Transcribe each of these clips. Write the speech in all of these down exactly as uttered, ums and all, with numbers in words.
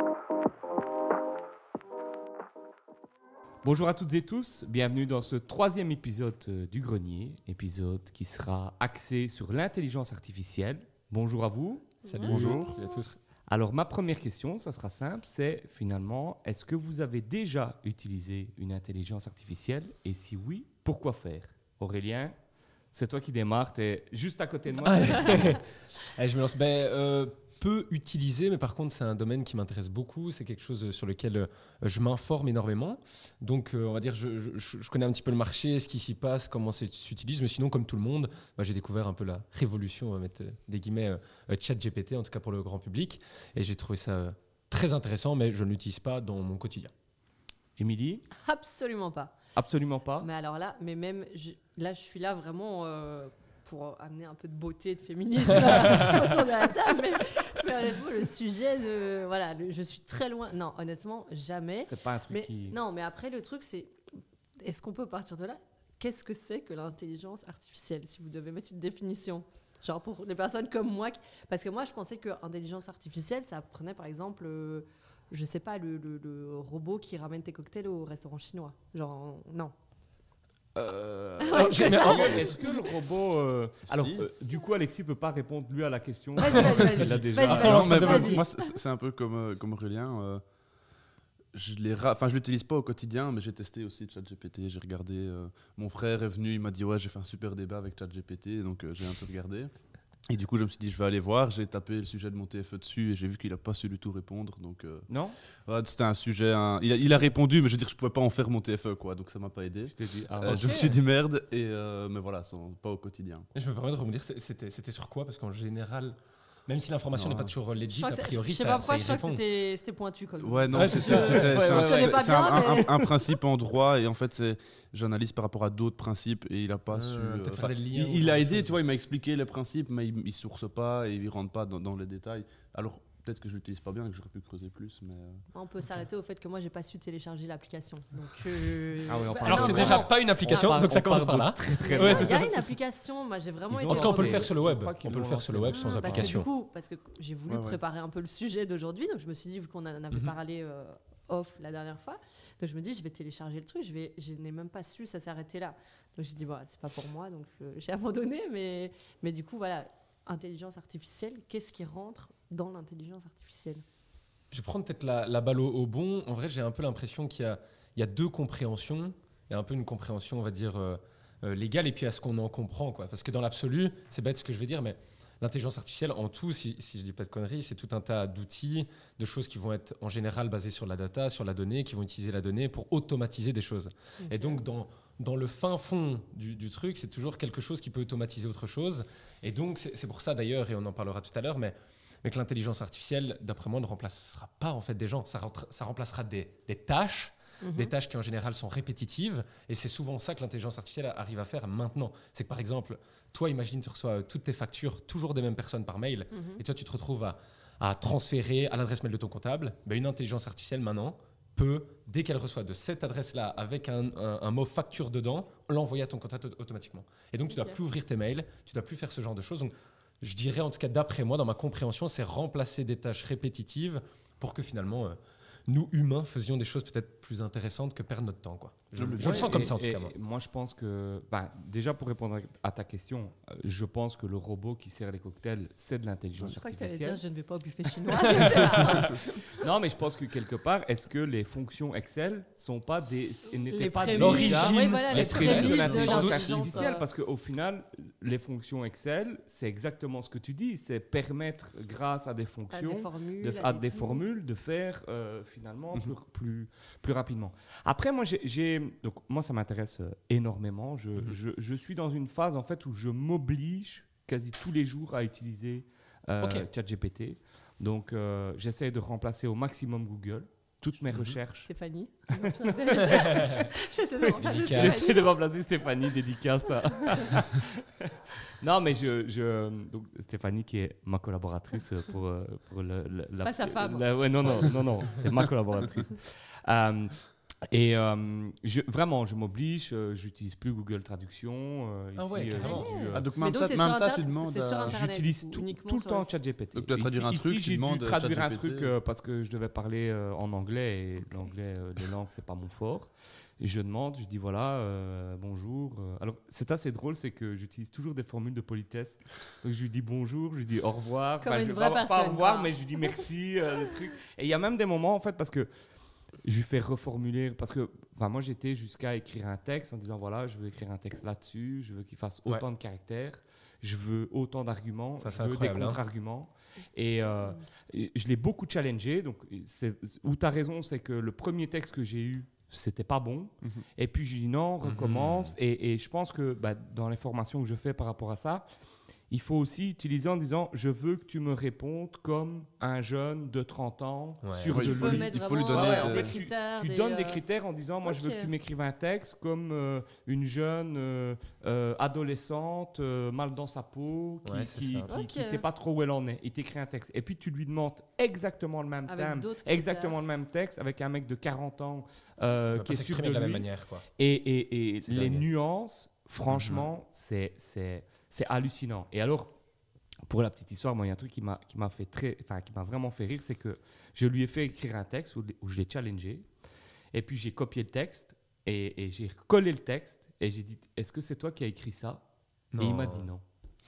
Bonjour à toutes et tous, bienvenue dans ce troisième épisode euh, du Grenier, épisode qui sera axé sur l'intelligence artificielle. Bonjour à vous. Salut, Bonjour. Salut à tous. Alors ma première question, ça sera simple, c'est finalement, est-ce que vous avez déjà utilisé une intelligence artificielle et si oui, pourquoi faire? Aurélien, c'est toi qui démarres, tu es juste à côté de moi. Allez, je me lance. Ben, euh, peu utilisé, mais par contre, c'est un domaine qui m'intéresse beaucoup. C'est quelque chose sur lequel euh, je m'informe énormément. Donc, euh, on va dire, je, je, je connais un petit peu le marché, ce qui s'y passe, comment ça s'utilise. Mais sinon, comme tout le monde, bah, j'ai découvert un peu la révolution, on va mettre des guillemets, euh, ChatGPT, en tout cas pour le grand public. Et j'ai trouvé ça euh, très intéressant, mais je ne l'utilise pas dans mon quotidien. Émilie? Absolument pas. Absolument pas. Mais alors là, mais même je, là, je suis là vraiment euh, pour amener un peu de beauté, de féminisme autour de la table. Mais, mais honnêtement, le sujet de voilà, le, je suis très loin. Non, honnêtement, jamais. C'est pas un truc mais, qui. Non, mais après le truc, c'est est-ce qu'on peut partir de là? Qu'est-ce que c'est que l'intelligence artificielle? Si vous devez mettre une définition, genre pour les personnes comme moi, qui, parce que moi, je pensais que intelligence artificielle, ça prenait par exemple. Euh, je sais pas, le, le, le robot qui ramène tes cocktails au restaurant chinois. Genre, non. Euh... Ouais, c'est Mais ça. en- Est-ce que le robot... euh, Alors, Si. euh, du coup, Alexis peut pas répondre, lui, à la question. Vas-y, vas-y, vas-y. Il l'a déjà. Vas-y, Ah, non, vas-y, mais vas-y. moi, c'est c'est un peu comme, euh, comme Aurélien. euh, je l'ai ra- enfin, je l'utilise pas au quotidien, mais j'ai testé aussi ChatGPT. J'ai regardé. euh, mon frère est venu, il m'a dit ouais, j'ai fait un super débat avec ChatGPT, donc euh, j'ai un peu regardé. Et du coup, je me suis dit, je vais aller voir. J'ai tapé le sujet de mon T F E dessus et j'ai vu qu'il a pas su du tout répondre. Donc, euh, Non? ouais, c'était un sujet. un- Il, a, il a répondu, mais je veux dire, je pouvais pas en faire mon T F E, quoi. Donc, ça m'a pas aidé. Tu t'es dit, ah, Euh, ok. Je me suis dit merde, et euh, mais voilà, sans- pas au quotidien. Et je me permets de rebondir, c'est- c'était, c'était sur quoi? Parce qu'en général, même si l'information Non. n'est pas toujours Je legit, crois a que c'est- priori, je sais ça, pas ça pourquoi, y je crois que répond. c'était, c'était pointu comme Ouais, non, Ouais, c'est c'est ça. c'était- Ouais, c'est ouais, un, ouais. Je connais pas c'est un- bien, un- mais- un- un principe en droit, et en fait, c'est j'analyse par rapport à d'autres principes, et il a pas Euh, su. peut-être euh, faire des enfin, liens il, ou il genre a de aidé, choses. tu vois, il m'a expliqué les principes, mais il, il source pas et il rentre pas dans, dans les détails. Alors peut-être que je l'utilise pas bien et que j'aurais pu creuser plus, mais. euh, On peut s'arrêter au fait que moi, j'ai pas su télécharger l'application. Donc, euh, Ah oui, on bah, parle- Alors, non, c'est vraiment. déjà pas une application, On part- donc ça on commence part par de là. très, très Ouais, loin. c'est Il y a ça, une c'est ça. application, moi j'ai vraiment Ils été ont En tout cas, on peut le lancé- faire sur le je web. crois qu'ils On peut le l'ont faire sur le lancé. web sans Ah, parce que application. du coup, parce que j'ai voulu Ouais, ouais. préparer un peu le sujet d'aujourd'hui, donc je me suis dit, vu qu'on en avait Mhm. parlé euh, off la dernière fois, donc je me dis, je vais télécharger le truc, je, vais, je n'ai même pas su, ça s'est arrêté là. Donc j'ai dit, bon, c'est pas pour moi, donc euh, j'ai abandonné, mais, mais du coup, voilà, intelligence artificielle, qu'est-ce qui rentre dans l'intelligence artificielle? Je vais prendre peut-être la, la balle au, au bon. En vrai, j'ai un peu l'impression qu'il y a, il y a deux compréhensions. Il y a un peu une compréhension, on va dire, euh, euh, légale, et puis à ce qu'on en comprend, quoi. Parce que dans l'absolu, c'est bête ce que je vais dire, mais l'intelligence artificielle, en tout, si, si je dis pas de conneries, c'est tout un tas d'outils, de choses qui vont être en général basées sur la data, sur la donnée, qui vont utiliser la donnée pour automatiser des choses. Et donc, dans, dans le fin fond du, du truc, c'est toujours quelque chose qui peut automatiser autre chose. Et donc, c'est c'est pour ça d'ailleurs, et on en parlera tout à l'heure, mais, mais que l'intelligence artificielle, d'après moi, ne remplacera pas en fait des gens. Ça, rentre- ça remplacera des, des tâches, Mhm. des tâches qui en général sont répétitives. Et c'est souvent ça que l'intelligence artificielle arrive à faire maintenant. C'est que par exemple, toi, imagine, tu reçois euh, toutes tes factures, toujours des mêmes personnes par mail, Mhm. et toi, tu te retrouves à, à transférer à l'adresse mail de ton comptable. Ben, une intelligence artificielle, maintenant, peut, dès qu'elle reçoit de cette adresse-là, avec un, un- un mot facture dedans, l'envoyer à ton comptable au- automatiquement. Et donc, tu ne dois Ok. plus ouvrir tes mails, tu ne dois plus faire ce genre de choses. Donc, je dirais, en tout cas, d'après moi, dans ma compréhension, c'est remplacer des tâches répétitives pour que finalement, euh, nous, humains, faisions des choses peut-être plus intéressantes que perdre notre temps, quoi. Je, Ouais, je le sens comme Et- ça, en tout et- cas, moi. et Moi, je pense que, ben, déjà pour répondre à ta question, euh, je pense que le robot qui sert les cocktails, c'est de l'intelligence Je crois que tu allais dire, artificielle. je ne vais pas au buffet chinois. Non, mais je pense que quelque part, est-ce que les fonctions Excel sont pas des, n'étaient Les pas prémices, déjà oui, voilà, les les prémices de prémices de l'intelligence l'intelligence, artificielle? euh, Parce qu'au final, les fonctions Excel, c'est exactement ce que tu dis, c'est permettre, grâce à des à fonctions, des formules, de, à à des trucs. formules, de faire euh, finalement Mhm. plus, plus, plus rapidement. Après, moi, j'ai, j'ai- donc moi, ça m'intéresse euh, énormément. Je, Mhm. je, je suis dans une phase en fait où je m'oblige quasi tous les jours à utiliser euh, Ok. ChatGPT. Donc, euh, j'essaie de remplacer au maximum Google. Toutes mes Mhm. recherches. Stéphanie. J'essaie de remplacer Dédicace. Stéphanie. J'essaie de remplacer Stéphanie, dédicace. à- non, mais je, je- donc Stéphanie qui est ma collaboratrice pour, euh, pour le, le- la. Pas sa femme. la- ouais, non, non, non, non, c'est ma collaboratrice. Euh, Et euh, je, vraiment, je m'oblige, euh, j'utilise plus Google Traduction. euh, Ah ici, ouais, euh, carrément. j'ai dû, euh, Ah, donc Mais même donc, ça, c'est même sur ça Inter- tu demandes. c'est sur à- Internet. J'utilise ou tout, uniquement tout le sur temps le site. ChatGPT. Donc, tu dois traduire un Ici, truc, ici, tu j'ai dû demandes traduire un ChatGPT. truc euh, parce que je devais parler euh, en anglais et l'anglais, euh, les langues, c'est pas mon fort. Et je demande, je dis voilà, euh, bonjour. euh. Alors, c'est assez drôle, c'est que j'utilise toujours des formules de politesse. Donc, je lui dis bonjour, je lui dis au revoir. Comme Enfin, une je vraie pas, pas personne, au revoir, quoi. mais je lui dis merci, euh, des trucs. Et il y a même des moments, en fait, parce que je lui fais reformuler, parce que enfin, moi, j'étais jusqu'à écrire un texte en disant voilà, je veux écrire un texte là-dessus, je veux qu'il fasse Ouais. autant de caractères, je veux autant d'arguments, Ça, je c'est veux des incroyable, hein. contre-arguments. Et, euh, et je l'ai beaucoup challengé. Donc, c'est- où tu as raison, c'est que le premier texte que j'ai eu, c'était pas bon. Mhm. Et puis, je lui dis non, recommence. Mhm. Et, et je pense que bah, dans les formations que je fais par rapport à ça, il faut aussi utiliser en disant je veux que tu me répondes comme un jeune de trente ans Ouais. sur Ouais, de il faut lui. lui- il faut lui donner Ouais, des- en des fait, tu- critères. Tu des, donnes des euh, critères en disant moi je veux ok. que tu m'écrives un texte comme euh, une jeune euh, euh, adolescente euh, mal dans sa peau qui Ouais, c'est qui, ça. qui, qui Ok. sait pas trop où elle en est. Il t'écrit un texte et puis tu lui demandes exactement le même Avec thème, d'autres critères. exactement le même texte avec un mec de quarante ans euh, On va qui pas est sûr s'exprimer de de la lui. même manière, quoi. Et, et, et C'est les dingue. nuances, franchement, c'est c'est c'est hallucinant. Et alors pour la petite histoire, moi, il y a un truc qui m'a qui m'a fait très, enfin, qui m'a vraiment fait rire, c'est que je lui ai fait écrire un texte où, où je l'ai challengé, et puis j'ai copié le texte et, et j'ai collé le texte et j'ai dit est-ce que c'est toi qui as écrit ça? Et il m'a dit non.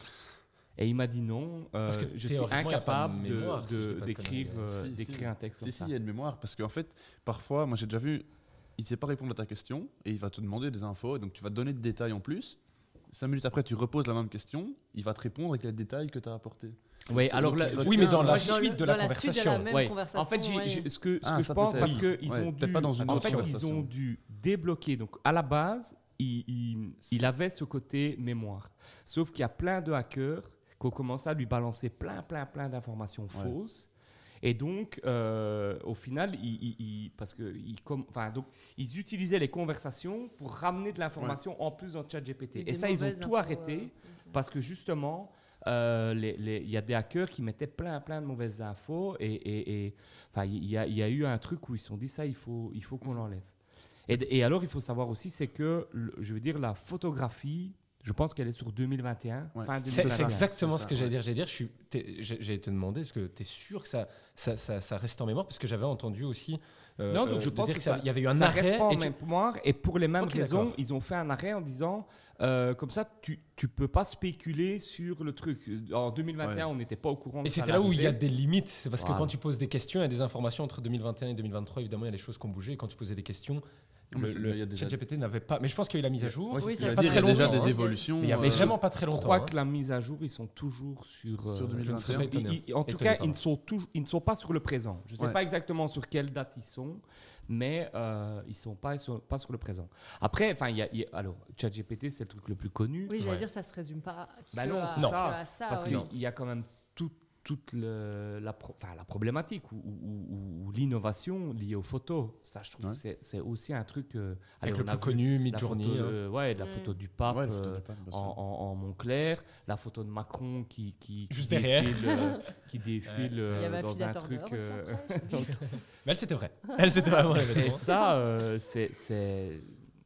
Et il m'a dit non. euh, Parce que je suis théoriquement, il y a pas de incapable de- mémoire, si je dis de- pas de d'écrire conneries. euh, Si, si. d'écrire un texte Si, comme si, ça. il y a une mémoire. Parce qu'en fait, parfois, moi j'ai déjà vu, il ne sait pas répondre à ta question et il va te demander des infos. Et donc tu vas te donner des détails en plus. Cinq minutes après, tu reposes la même question, il va te répondre avec les détails que tu as apportés. Oui, alors Donc, là, il je- Oui, mais dans Moi, la Dans le- suite de dans la suite de conversation. même Ouais. conversation, En fait, j'ai- ouais. j'ai- ce que, ce Ah, que ça je pense, peut-être. parce qu'ils Ouais, ont peut-être dû, pas dans une en autre fait, ils conversation. ont dû débloquer. Donc, à la base, il, il- il avait ce côté mémoire. Sauf qu'il y a plein de hackers qui ont commencé à lui balancer plein, plein, plein d'informations fausses. Et donc, euh, au final, ils, ils- ils- parce que ils, com- enfin, donc, ils utilisaient les conversations pour ramener de l'information en plus dans ChatGPT. Et Et des ça, ils ont mauvaises tout infos, arrêté euh, parce que justement, euh, les- les- il y a des hackers qui mettaient plein, plein de mauvaises infos. Et, et- et, enfin, il y, a- il y a eu un truc où ils se sont dit ça, il faut, il faut qu'on l'enlève. Et, et alors, il faut savoir aussi, c'est que, le- je veux dire, la photographie, je pense qu'elle est sur deux mille vingt et un, Ouais. fin C'est deux mille c'est vingt et un. exactement c'est ce que ça, j'allais ouais. dire. J'allais dire, je suis, t'es- j'ai- j'allais te demander, est-ce que tu es sûr que ça, ça, ça, ça reste en mémoire? Parce que j'avais entendu aussi euh, Non, donc euh, je de pense dire que que ça- ça- il y avait eu un ça arrêt. reste pas en et tu- mémoire, et pour les mêmes Ok, raisons, d'accord. ils ont fait un arrêt en disant euh, comme ça, tu tu peux pas spéculer sur le truc. En deux mille vingt et un, Ouais. on n'était pas au courant. Et de ça c'était là où il y a l'arrivée. des limites. C'est parce que Voilà. quand tu poses des questions, il y a des informations entre deux mille vingt et un et deux mille vingt-trois. Évidemment, il y a des choses qui ont bougé. Et quand tu posais des questions, Non, mais le, c'est- le il y a déjà- ChatGPT n'avait pas. Mais je pense qu'il y a eu la mise à jour. Ouais, Oui, c'est ce ça que fait j'allais pas dire, très il y a déjà longtemps, des hein. évolutions. Mais il y avait euh, vraiment pas très Je longtemps. crois hein. que la mise à jour, ils sont toujours sur. euh, Sur deux mille vingt et un. je ne sais pas. Étonné. Ils- ils- en tout Étonné, cas, ils pardon. ne sont toujours, ils ne sont pas sur le présent. Je ne sais Ouais. pas exactement sur quelle date ils sont, mais euh, ils ne sont pas, ils sont pas sur le présent. Après, enfin, il y a, il y a- alors, ChatGPT, c'est le truc le plus connu. Oui, j'allais Ouais. dire, ça se résume pas Bah que non, à, c'est que ça. à ça. Parce ouais. qu'il Non. y a quand même tout- toute le- la, pro- enfin, la problématique ou, ou- ou- ou l'innovation liée aux photos. Ça, je trouve Ouais. que c'est- c'est aussi un truc. euh, allez, Avec le on a plus vu connu, la Midjourney. photo, hein. de- ouais, de la Mm. photo du pape. Ouais, la photo euh, du pape, bien en, sûr. en- en Montclair, la photo de Macron qui, qui, qui Juste derrière. défile, euh, qui défile Ouais. Il y euh, avait un dans un filateur truc. dehors aussi euh, après. Mais elle, c'était vrai. Elle, c'était vraiment et l'événement. ça, euh, c'est, c'est-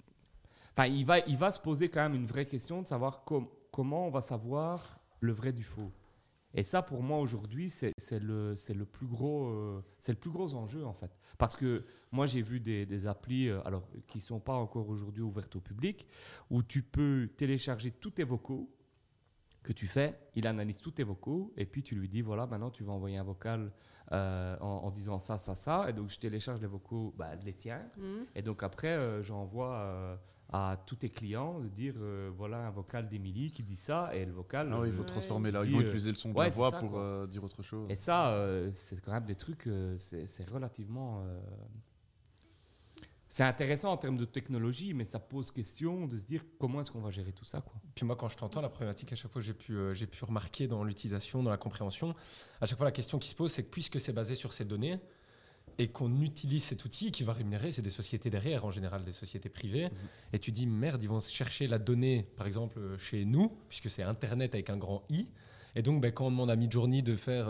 enfin, il va, il va se poser quand même une vraie question de savoir com- comment on va savoir le vrai du faux. Et ça, pour moi, aujourd'hui, c'est, c'est le, c'est le plus gros, euh, c'est le plus gros enjeu, en fait. Parce que moi, j'ai vu des, des applis, euh, alors, qui ne sont pas encore aujourd'hui ouvertes au public, où tu peux télécharger tous tes vocaux que tu fais, il analyse tous tes vocaux, et puis tu lui dis, voilà, maintenant, tu vas envoyer un vocal euh, en, en disant ça, ça, ça, et donc je télécharge les vocaux, bah, les tiens, Mhm. et donc après, euh, j'envoie euh, à tous tes clients de dire, euh, voilà un vocal d'Émilie qui dit ça, et le vocal... Ah oui, il faut euh, Ouais. transformer là. tu Ils dis, vont euh, utiliser le son de ouais, la c'est voix ça, pour quoi. euh, dire autre chose. Et ça, euh, c'est quand même des trucs, euh, c'est c'est relativement... euh, c'est intéressant en termes de technologie, mais ça pose question de se dire comment est-ce qu'on va gérer tout ça, quoi. Puis moi, quand je t'entends, la problématique, à chaque fois que j'ai pu, euh, j'ai pu remarquer dans l'utilisation, dans la compréhension, à chaque fois, la question qui se pose, c'est que puisque c'est basé sur ces données et qu'on utilise cet outil qui va rémunérer, c'est des sociétés derrière, en général des sociétés privées, et tu dis, merde, ils vont chercher la donnée, par exemple, euh, chez nous, puisque c'est Internet avec un grand I, et donc ben, quand on demande à Midjourney de faire euh,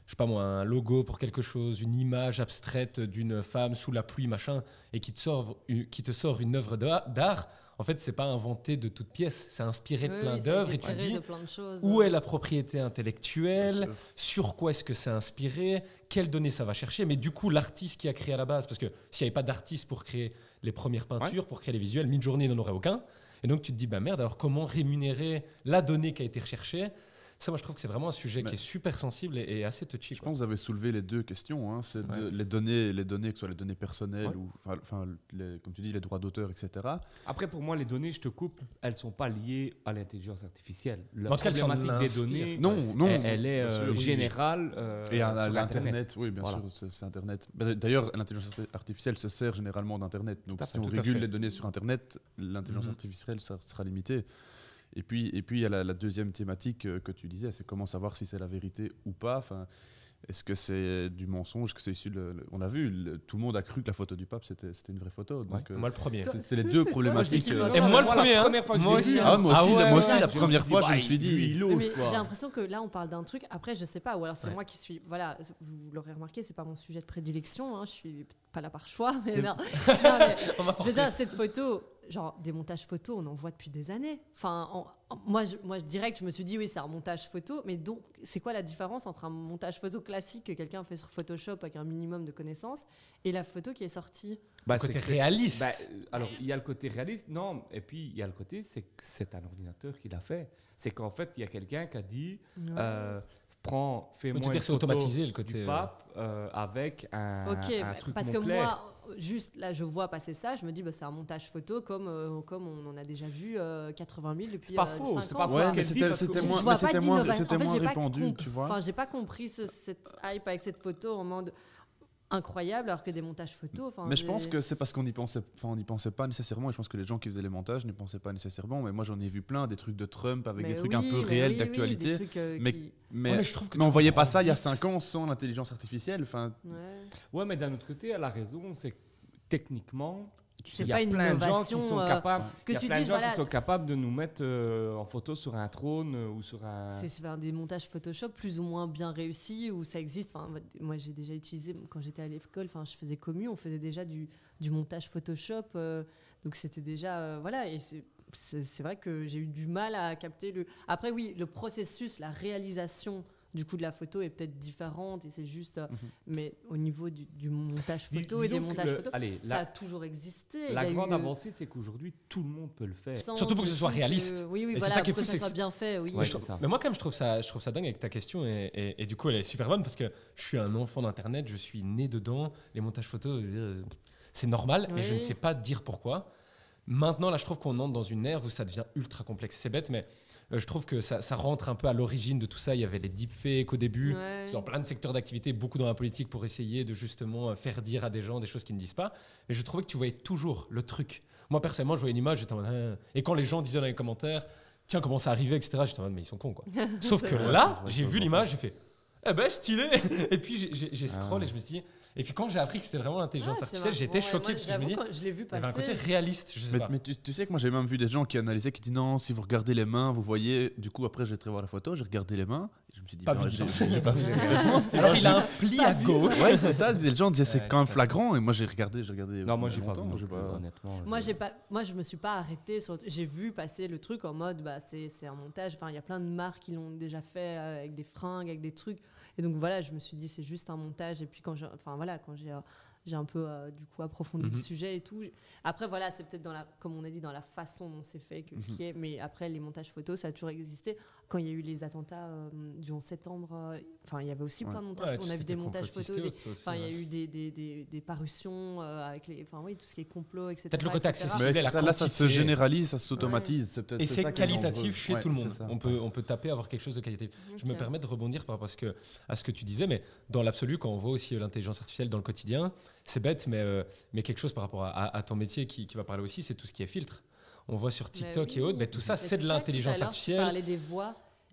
je sais pas moi, un logo pour quelque chose, une image abstraite d'une femme sous la pluie, machin, et qui te sort, qui te sort une œuvre d'art, d'art, en fait, c'est pas inventé de toutes pièces, c'est inspiré de Oui, plein oui, d'œuvres, c'est et tu te tiré dis de plein de choses. où est la propriété Bien intellectuelle, sûr. sur quoi est-ce que c'est inspiré, quelles données ça va chercher, mais du coup, l'artiste qui a créé à la base, parce que s'il n'y avait pas d'artiste pour créer les premières peintures, pour créer les visuels, Midjourney n'en aurait aucun. Et donc, tu te dis, bah merde, alors comment rémunérer la donnée qui a été recherchée ? Ça, moi, je trouve que c'est vraiment un sujet Mais qui est super sensible et, et assez touchy. Je quoi. pense que vous avez soulevé les deux questions. Hein. C'est Ouais. de- les, données, les données, que ce soit les données personnelles Ouais. ou, enfin, enfin, les- comme tu dis, les droits d'auteur, et cetera. Après, pour moi, les données, je te coupe, elles ne sont pas liées à l'intelligence artificielle. La En tout cas, elles s'en problématique des inspirent. données, Non, non. elle, elle est bien euh, sûr, oui. générale euh, Et à, sur à Internet. l'Internet, oui, bien Voilà. sûr, c'est, c'est Internet. Bah, D'ailleurs, l'intelligence artificielle se sert généralement d'Internet. Donc, Tout à si fait, on tout à régule fait. les données sur Internet, l'intelligence Mhm. artificielle ça sera limitée. Et puis, et puis il y a la, la deuxième thématique euh, que tu disais, c'est comment savoir si c'est la vérité ou pas. Enfin, est-ce que c'est du mensonge? Est-ce que c'est issu de le- le- on a vu, le- tout le monde a cru que la photo du pape, c'était, c'était une vraie photo. Donc, euh, Moi, le premier. c'est, c'est les deux problématiques. qui euh, dois- Et moi, le Moi, premier. la hein. première fois que je Moi l'ai vu, aussi. hein. Ah, moi aussi, Ah ouais, moi ouais, aussi ouais. la Je me première suis fois, dit, je me bah, suis lui, dit. il Mais ose, quoi. j'ai l'impression que là, on parle d'un truc. Après, je sais pas, ou alors c'est Ouais. moi qui suis. Voilà, vous l'aurez remarqué, c'est pas mon sujet de prédilection. Hein, je suis pas là par choix. Mais T'es- non. Non, mais On m'a je veux forcé. dire, cette photo, genre des montages photos, on en voit depuis des années. Enfin, en- en- moi, je, moi, je dirais que je me suis dit, oui, c'est un montage photo. Mais donc, c'est quoi la différence entre un montage photo classique que quelqu'un fait sur Photoshop avec un minimum de connaissances et la photo qui est sortie? Bah, Le côté c'est que c'est- réaliste. bah, euh, alors, il y a le côté réaliste, non, et puis il y a le côté, c'est que c'est un ordinateur qui l'a fait. C'est qu'en fait, il y a quelqu'un qui a dit, euh, prends, Mais fais-moi tu une dis que c'est photo automatisé le côté. du euh, pape euh, avec un, Ok, un bah, truc parce que Montclair. moi, juste là, je vois passer ça, je me dis, bah, c'est un montage photo comme, euh, comme on en a déjà vu euh, quatre-vingt mille depuis C'est pas euh, faux, cinq c'est ans, pas quoi. faux. Ouais, ce mais qu'elle c'était, dit, parce que c'était je moins, vois mais pas c'était moins, d'innovation. c'était En fait, moins j'ai pas répandu, compris- tu vois. Enfin, j'ai pas compris ce- cette hype avec cette photo en mode incroyable, alors que des montages photos. enfin, Mais je j'ai- pense que c'est parce qu'on n'y pensait, enfin, on n'y pensait pas nécessairement. Et je pense que les gens qui faisaient les montages n'y pensaient pas nécessairement. Mais moi, j'en ai vu plein, des trucs de Trump avec Mais des trucs oui, un peu mais réels oui, oui, d'actualité. des trucs, euh, mais- qui- mais, Ouais, mais je trouve que mais on tu voyait comprends pas ça il y a vite. cinq ans sans l'intelligence artificielle. Enfin, ouais. Ouais, mais d'un autre côté, elle a raison, c'est que techniquement, C'est il y a pas une plein de gens qui innovation, sont euh, capables, que il y a tu plein de dises, gens voilà, qui sont capables de nous mettre euh, en photo sur un trône euh, ou sur un. C'est c'est un des montages Photoshop plus ou moins bien réussis où ça existe. Enfin, moi, j'ai déjà utilisé quand j'étais à l'école. Enfin, je faisais commu, on faisait déjà du, du montage Photoshop. euh, donc c'était déjà euh, voilà. Et c'est c'est c'est vrai que j'ai eu du mal à capter le. Après, oui, le processus, la réalisation du coup de la photo est peut-être différente et c'est juste. euh, Mhm. Mais au niveau du, du montage Dis- photo et des disons que montages le- photos, allez, ça a la, toujours existé. Il y la a grande eu, euh, avancée, c'est qu'aujourd'hui, tout le monde peut le faire. sans Surtout pour que ce soit truc, réaliste. euh, oui, oui, Et c'est voilà, ça qui est pour fou, que c'est ça soit que bien fait. Oui. Ouais, je c'est trouve- ça. Mais moi, quand même, je trouve ça, je trouve ça dingue avec ta question. Et, et- et du coup, elle est super bonne parce que je suis un enfant d'Internet, je suis né dedans. Les montages photos, euh, c'est normal. Et je ne Oui. sais pas dire pourquoi. Maintenant, là, je trouve qu'on entre dans une ère où ça devient ultra complexe. C'est bête, mais euh, je trouve que ça, ça rentre un peu à l'origine de tout ça. Il y avait les deepfakes au début. Ouais. Dans plein de secteurs d'activité, beaucoup dans la politique pour essayer de justement euh, faire dire à des gens des choses qu'ils ne disent pas. Mais je trouvais que tu voyais toujours le truc. Moi, personnellement, je voyais une image, j'étais en mode... Ah. Et quand les gens disaient dans les commentaires, tiens, comment ça arrivait, et cetera, j'étais en mode, mais ils sont cons, quoi. Sauf que C'est ça. là, Ça se voit, j'ai ça se vu voit. l'image, j'ai fait, eh ben, stylé. Et puis, j'ai- j'ai j'ai scroll Ah. et je me suis dit... Et puis, quand j'ai appris que c'était vraiment l'intelligence Ah, c'est artificielle, j'étais marrant. choqué Ouais, parce que moi, je me dis, j'avoue, quand je l'ai vu il y avait un passer. côté réaliste, je sais mais, pas. mais tu, tu sais que moi j'ai même vu des gens qui analysaient, qui disent non, si vous regardez les mains, vous voyez. Du coup, après, j'ai été voir la photo, j'ai regardé les mains. Et je me suis dit, Pas bah, vu, j'ai- non. j'ai pas vu. Alors, il a un pli à gauche. Ouais, c'est ça. Les gens disaient c'est Ouais, quand même c'est flagrant. Et moi, j'ai regardé, j'ai regardé. Non, moi, j'ai pas vu. longtemps, non j'ai plus, pas- honnêtement. Moi, je- j'ai pas, moi, je me suis pas arrêtée. Sur... J'ai vu passer le truc en mode, bah, c'est, c'est un montage. Enfin, il y a plein de marques qui l'ont déjà fait euh, avec des fringues, avec des trucs. Et donc voilà, je me suis dit, c'est juste un montage. Et puis quand j'ai, enfin voilà, quand j'ai, euh, j'ai un peu euh, du coup approfondi Mhm. le sujet et tout. j'ai- Après voilà, c'est peut-être dans la, comme on a dit, dans la façon dont c'est fait que, Mhm. qui est. Mais après, les montages photos, ça a toujours existé. Quand il y a eu les attentats euh, du onze septembre, euh, enfin, il y avait aussi Ouais. plein de montages. Ouais, tout on ce a qui vu des était montages complotiste photos. et des- autres aussi, Enfin, il y a ouais. eu des, des, des, des parutions euh, avec les, enfin oui, tout ce qui est complot, et cetera. Peut-être le côté et cetera. accessible. Mais la c'est ça, là, ça se quantité. généralise, ça s'automatise. C'est peut-être Et c'est c'est ça qui est qualitatif dangereux. chez Ouais, tout le c'est monde. ça. On peut, on peut taper, avoir quelque chose de qualitatif. Je me Ok. permets de rebondir par rapport à ce que, à ce que tu disais, mais dans l'absolu, quand on voit aussi euh, l'intelligence artificielle dans le quotidien, c'est bête, mais, euh, mais quelque chose par rapport à, à- à ton métier qui, qui va parler aussi, c'est tout ce qui est filtre. On voit sur TikTok Mais et oui. autres, ben, tout ça, Mais c'est de ça, tout à l'intelligence l'heure, Tu artificielle. parlais des voix.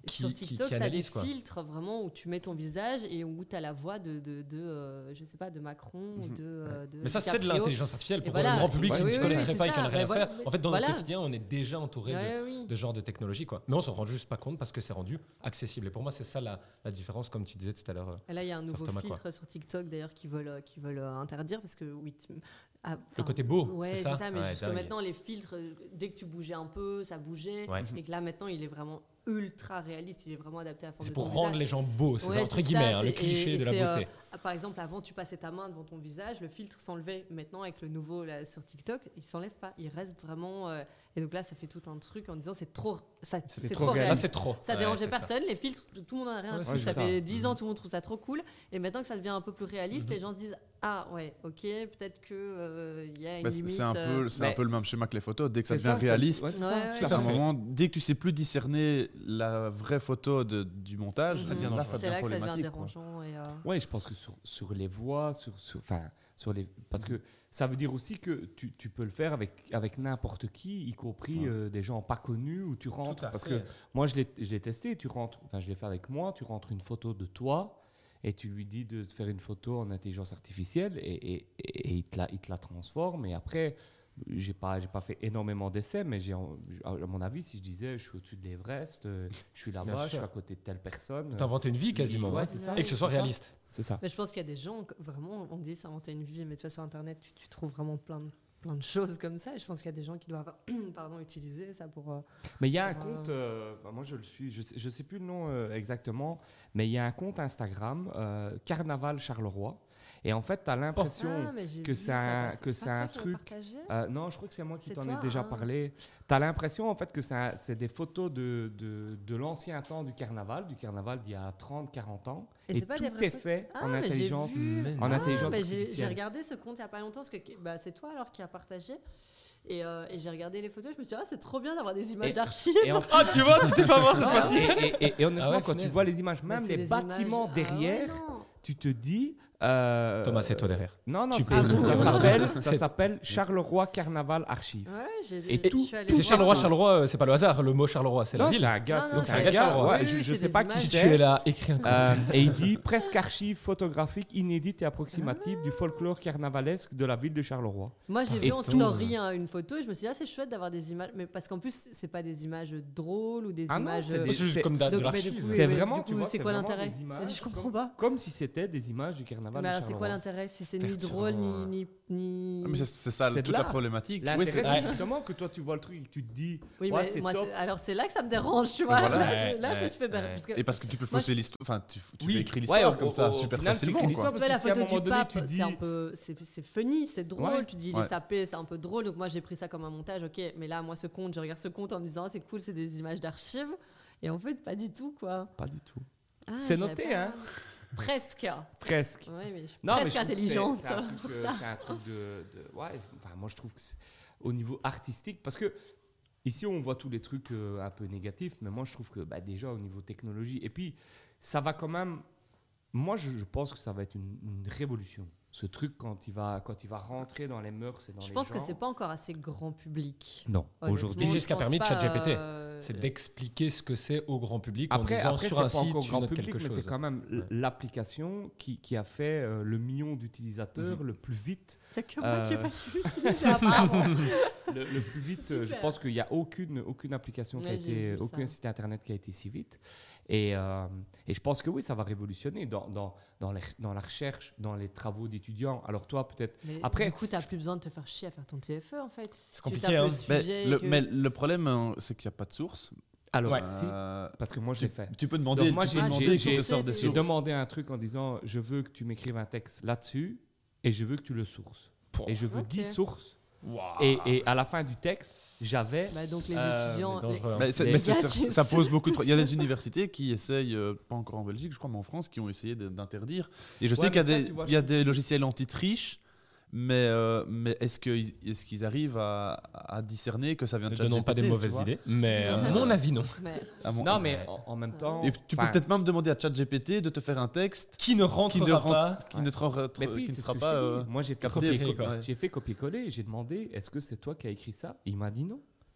Qui- sur qui- TikTok, qui tu as des analyse, quoi. filtres vraiment où tu mets ton visage et où tu as la voix de, de, de euh, je sais pas, de Macron ou Mhm. de, euh, de Mais ça, c'est de DiCaprio. l'intelligence artificielle. Pour voilà. le grand public Ouais, qui ne oui, se oui, connaîtrait c'est pas et qui ça. n'a rien Mais à voilà, faire. En fait, dans voilà. notre quotidien, on est déjà entouré de, Ouais, oui. de ce genre de technologie, quoi. Mais on s'en rend juste pas compte parce que c'est rendu accessible. Et pour moi, c'est ça la, la différence, comme tu disais tout à l'heure. Et là, il y a un nouveau Thomas, filtre quoi. sur TikTok d'ailleurs qu'ils veulent, euh, qu'ils veulent euh, interdire parce que oui, tu- ah, Le enfin, côté beau, ouais, c'est ça. mais Ouais, jusque dingue. maintenant, les filtres, euh, dès que tu bougeais un peu, ça bougeait. Ouais. Et que là, maintenant, il est vraiment ultra réaliste. Il est vraiment adapté à la forme C'est de pour ton rendre visage. les gens beaux, c'est Ouais, ça, entre c'est guillemets, ça, hein, le c'est- cliché et- de et la c'est, euh, beauté. Ah, par exemple, avant, tu passais ta main devant ton visage, le filtre s'enlevait. Maintenant, avec le nouveau là, sur TikTok, il s'enlève pas. Il reste vraiment. euh, Et donc là, ça fait tout un truc en disant c'est trop, ça, C'était c'est trop trop réaliste. Là, réaliste. c'est trop. Ça Ouais, dérangeait c'est ça. personne, les filtres, tout le monde en a rien à Ouais, foutre. c'est Ça ça. fait dix ans, tout le monde trouve ça trop cool. Et maintenant que ça devient un peu plus réaliste, Mhm. les gens se disent ah ouais, ok, peut-être que euh, il y a une Bah, c'est limite. c'est un, euh, peu, c'est mais- un peu le même schéma que les photos. Dès que ça C'est devient c'est- réaliste, ouais, c'est Ouais, ça, ouais. tout à à un fait. moment, dès que tu sais plus discerner la vraie photo de- du montage, Ça devient là, dangereux. ça c'est devient là que ça devient problématique. quoi. dérangeant. Et, euh, Ouais, je pense que sur, sur les voix, sur, sur, enfin, sur les, parce que ça veut dire aussi que tu, tu peux le faire avec, avec n'importe qui, y compris Ouais. euh, des gens pas connus où tu Tout rentres. à Parce fait. que moi, je l'ai je l'ai testé, tu rentres, enfin, je l'ai fait avec moi, tu rentres une photo de toi et tu lui dis de te faire une photo en intelligence artificielle et, et, et- et il, te la, il te la transforme. Et après, j'ai pas, j'ai pas fait énormément d'essais, mais j'ai, en- à mon avis, si je disais je suis au-dessus de l'Everest, euh, je suis Bien là-bas, je suis sûr. à côté de telle personne. T'as inventé une vie quasiment. Ouais, hein. c'est ça. Et que ce soit C'est ça. réaliste. C'est ça. Mais je pense qu'il y a des gens, que- vraiment, on dit s'inventer une vie, mais tu vois, sur Internet, tu, tu trouves vraiment plein de, plein de choses comme ça. Et je pense qu'il y a des gens qui doivent pardon, utiliser ça pour. euh, Mais il y a un Wow. compte, euh, bah, moi je le suis, je sais, je sais plus le nom euh, exactement, mais il y a un compte Instagram, euh, Carnaval Charleroi. Et en fait, tu as l'impression. Ah, mais j'ai que vu c'est ça un- passer. que C'est c'est pas un toi qui l'as truc- partagé euh, non, je crois que c'est moi qui C'est t'en toi, ai déjà ah. parlé. Tu as l'impression en fait que c'est un- c'est des photos de, de, de l'ancien temps du carnaval, du carnaval d'il y a trente quarante ans. Et Et, c'est pas tout des vraies est photos fait Ah, en mais j'ai intelligence. vu. Mais En non. intelligence mais j'ai- j'ai artificielle. regardé ce compte il n'y a pas longtemps, parce que bah, c'est toi alors qui a partagé. Et, euh, et j'ai regardé les photos, je me suis dit, ah, c'est trop bien d'avoir des images Et- d'archives. Et en- Ah, tu vois, tu t'es fait avoir cette Non, fois-ci. et, et- et honnêtement, Ah ouais, quand tu punaise. vois les images, Mais même c'est les des bâtiments images- ah ouais, derrière, non. tu te dis. euh, Thomas, c'est toi derrière. Non, non, Tu c'est- peux le ça dire. s'appelle, ça C'est- s'appelle Charleroi Carnaval Archive. Ouais, j'ai Et je tout- suis allée Et c'est voir. Charleroi, Charleroi, euh, c'est pas le hasard, le mot Charleroi, c'est la Non, ville. c'est un gars, Non, c'est non, c'est c'est un un gars, gars Charleroi. ouais, Oui, je, oui, je c'est sais des pas images. qui Si tu c'est. es là, écris un Euh, commentaire. et il dit presque archive photographique inédite et approximative du folklore carnavalesque de la ville de Charleroi. Moi, j'ai Et vu en tout. story hein, une photo et je me suis dit, ah, c'est chouette d'avoir des images. Mais parce qu'en plus, c'est pas des images drôles ou des Ah non, images. c'est euh, des- C'est juste c'est- comme de donc, de mais du l'archive. coup, C'est oui, vraiment, du tu coup, vois, c'est c'est quoi vraiment l'intérêt des images Je comprends comme- pas. Comme si c'était des images du carnaval Mais de alors, c'est quoi Charleroi. l'intérêt si c'est ni Perturbant, drôle ouais. ni. ni... Ah, mais c'est- c'est ça C'est de toute la l'art. problématique. Oui, L'intérêt, c'est- c'est justement que toi, tu vois le truc et que tu te dis, Oui, ouais, mais c'est moi, top. c'est- alors c'est là que ça me dérange, tu vois. Voilà. Là, Ouais, je, là, je me ouais, suis fait berner, ouais. parce que Et parce que tu peux Moi, fausser l'histoire, enfin, tu, tu Oui. peux écrire Ouais, l'histoire au- comme ça au- au super final, tu facilement. écris quoi. l'histoire. tu vois, la Parce que si à un photo du moment donné, pape, tu dis- c'est un peu, c'est c'est funny, c'est drôle. Ouais. Tu dis, il Ouais. est sapé, c'est un peu drôle. Donc moi, j'ai pris ça comme un montage, ok. Mais là, moi, ce compte, je regarde ce compte en me disant, ah, c'est cool, c'est des images d'archives. Et en fait, pas du tout, quoi. Pas du tout. Ah, C'est j'avais noté, pas- hein. Presque. Presque. Ouais, mais je suis Non, mais presque je trouve que c'est- intelligente. C'est un truc, pour euh, ça. c'est un truc de, de- ouais. Enfin, moi, je trouve que c'est- au niveau artistique, parce que ici, on voit tous les trucs euh, un peu négatifs, mais moi, je trouve que bah, déjà au niveau technologie, et puis ça va quand même. Moi, je, je pense que ça va être une, une révolution. Ce truc quand il va quand il va rentrer dans les mœurs et dans Je les pense que gens. c'est pas encore assez grand public. Non, Honnêtement, aujourd'hui. Et c'est je ce qu'a pense permis pas, ChatGPT. euh, C'est d'expliquer ce que c'est au grand public en Après, disant après sur c'est un pas site, encore tu grand notes public, quelque mais c'est chose. quand même l- Ouais. l'application qui, qui a fait euh, le million d'utilisateurs Mhm. le plus vite. Il n'y a que moi qui n'ai Euh, pas su l'utiliser, apparemment. le, le plus vite, euh, je Super. pense qu'il n'y a aucune, aucune application qui a Ouais, j'ai été, vu aucun ça. site internet qui a été si vite. Et, euh, et je pense que oui, ça va révolutionner dans, dans, dans, les- dans la recherche, dans les travaux d'étudiants. Alors toi, peut-être. Mais Après- du coup, tu n'as plus besoin de te faire chier à faire ton T F E, en fait. C'est compliqué, hein. Mais sujet le, que- mais le problème, hein, c'est qu'il n'y a pas de source. Alors, Ouais. si, Euh, parce que moi, je tu, l'ai fait. tu peux demander, Donc moi, tu j'ai- peux Ah, demander j'ai- si j'ai- te sort des j'ai J'ai sources. demandé un truc en disant je veux que tu m'écrives un texte là-dessus et je veux que tu le sources. Et je veux Ok. dix sources. Waouh. Et, et à la fin du texte, j'avais. Bah, donc les Euh, étudiants. mais dangereux, hein. Mais, c'est- Les mais c'est- gars, ça, tu- ça pose beaucoup de. tout pro- Il y a ça. des universités qui essayent, euh, pas encore en Belgique, je crois, mais en France, qui ont essayé de- d'interdire. Et je Ouais, sais qu'il y a mais ça, des, tu vois, il y a je- des logiciels anti-triche, mais, euh, mais est-ce qu'ils est qu'ils arrivent à, à discerner que ça vient de Ne ChatGPT donnons pas des tu mauvaises vois idées, mais à Euh, mon avis, non. Mais À mon- Non, mais en, en même temps. Et tu peux enfin, peut-être même demander à ChatGPT de te faire un texte Qui ne qui rentrera ne, rentre- pas. qui ne te rend- Mais puis, qui ne c'est ce sera que je pas. te euh, dis. Moi, j'ai fait capté, copier-coller. quoi. Ouais. J'ai fait copier-coller et j'ai demandé est-ce que c'est toi qui as écrit ça Il m'a dit non.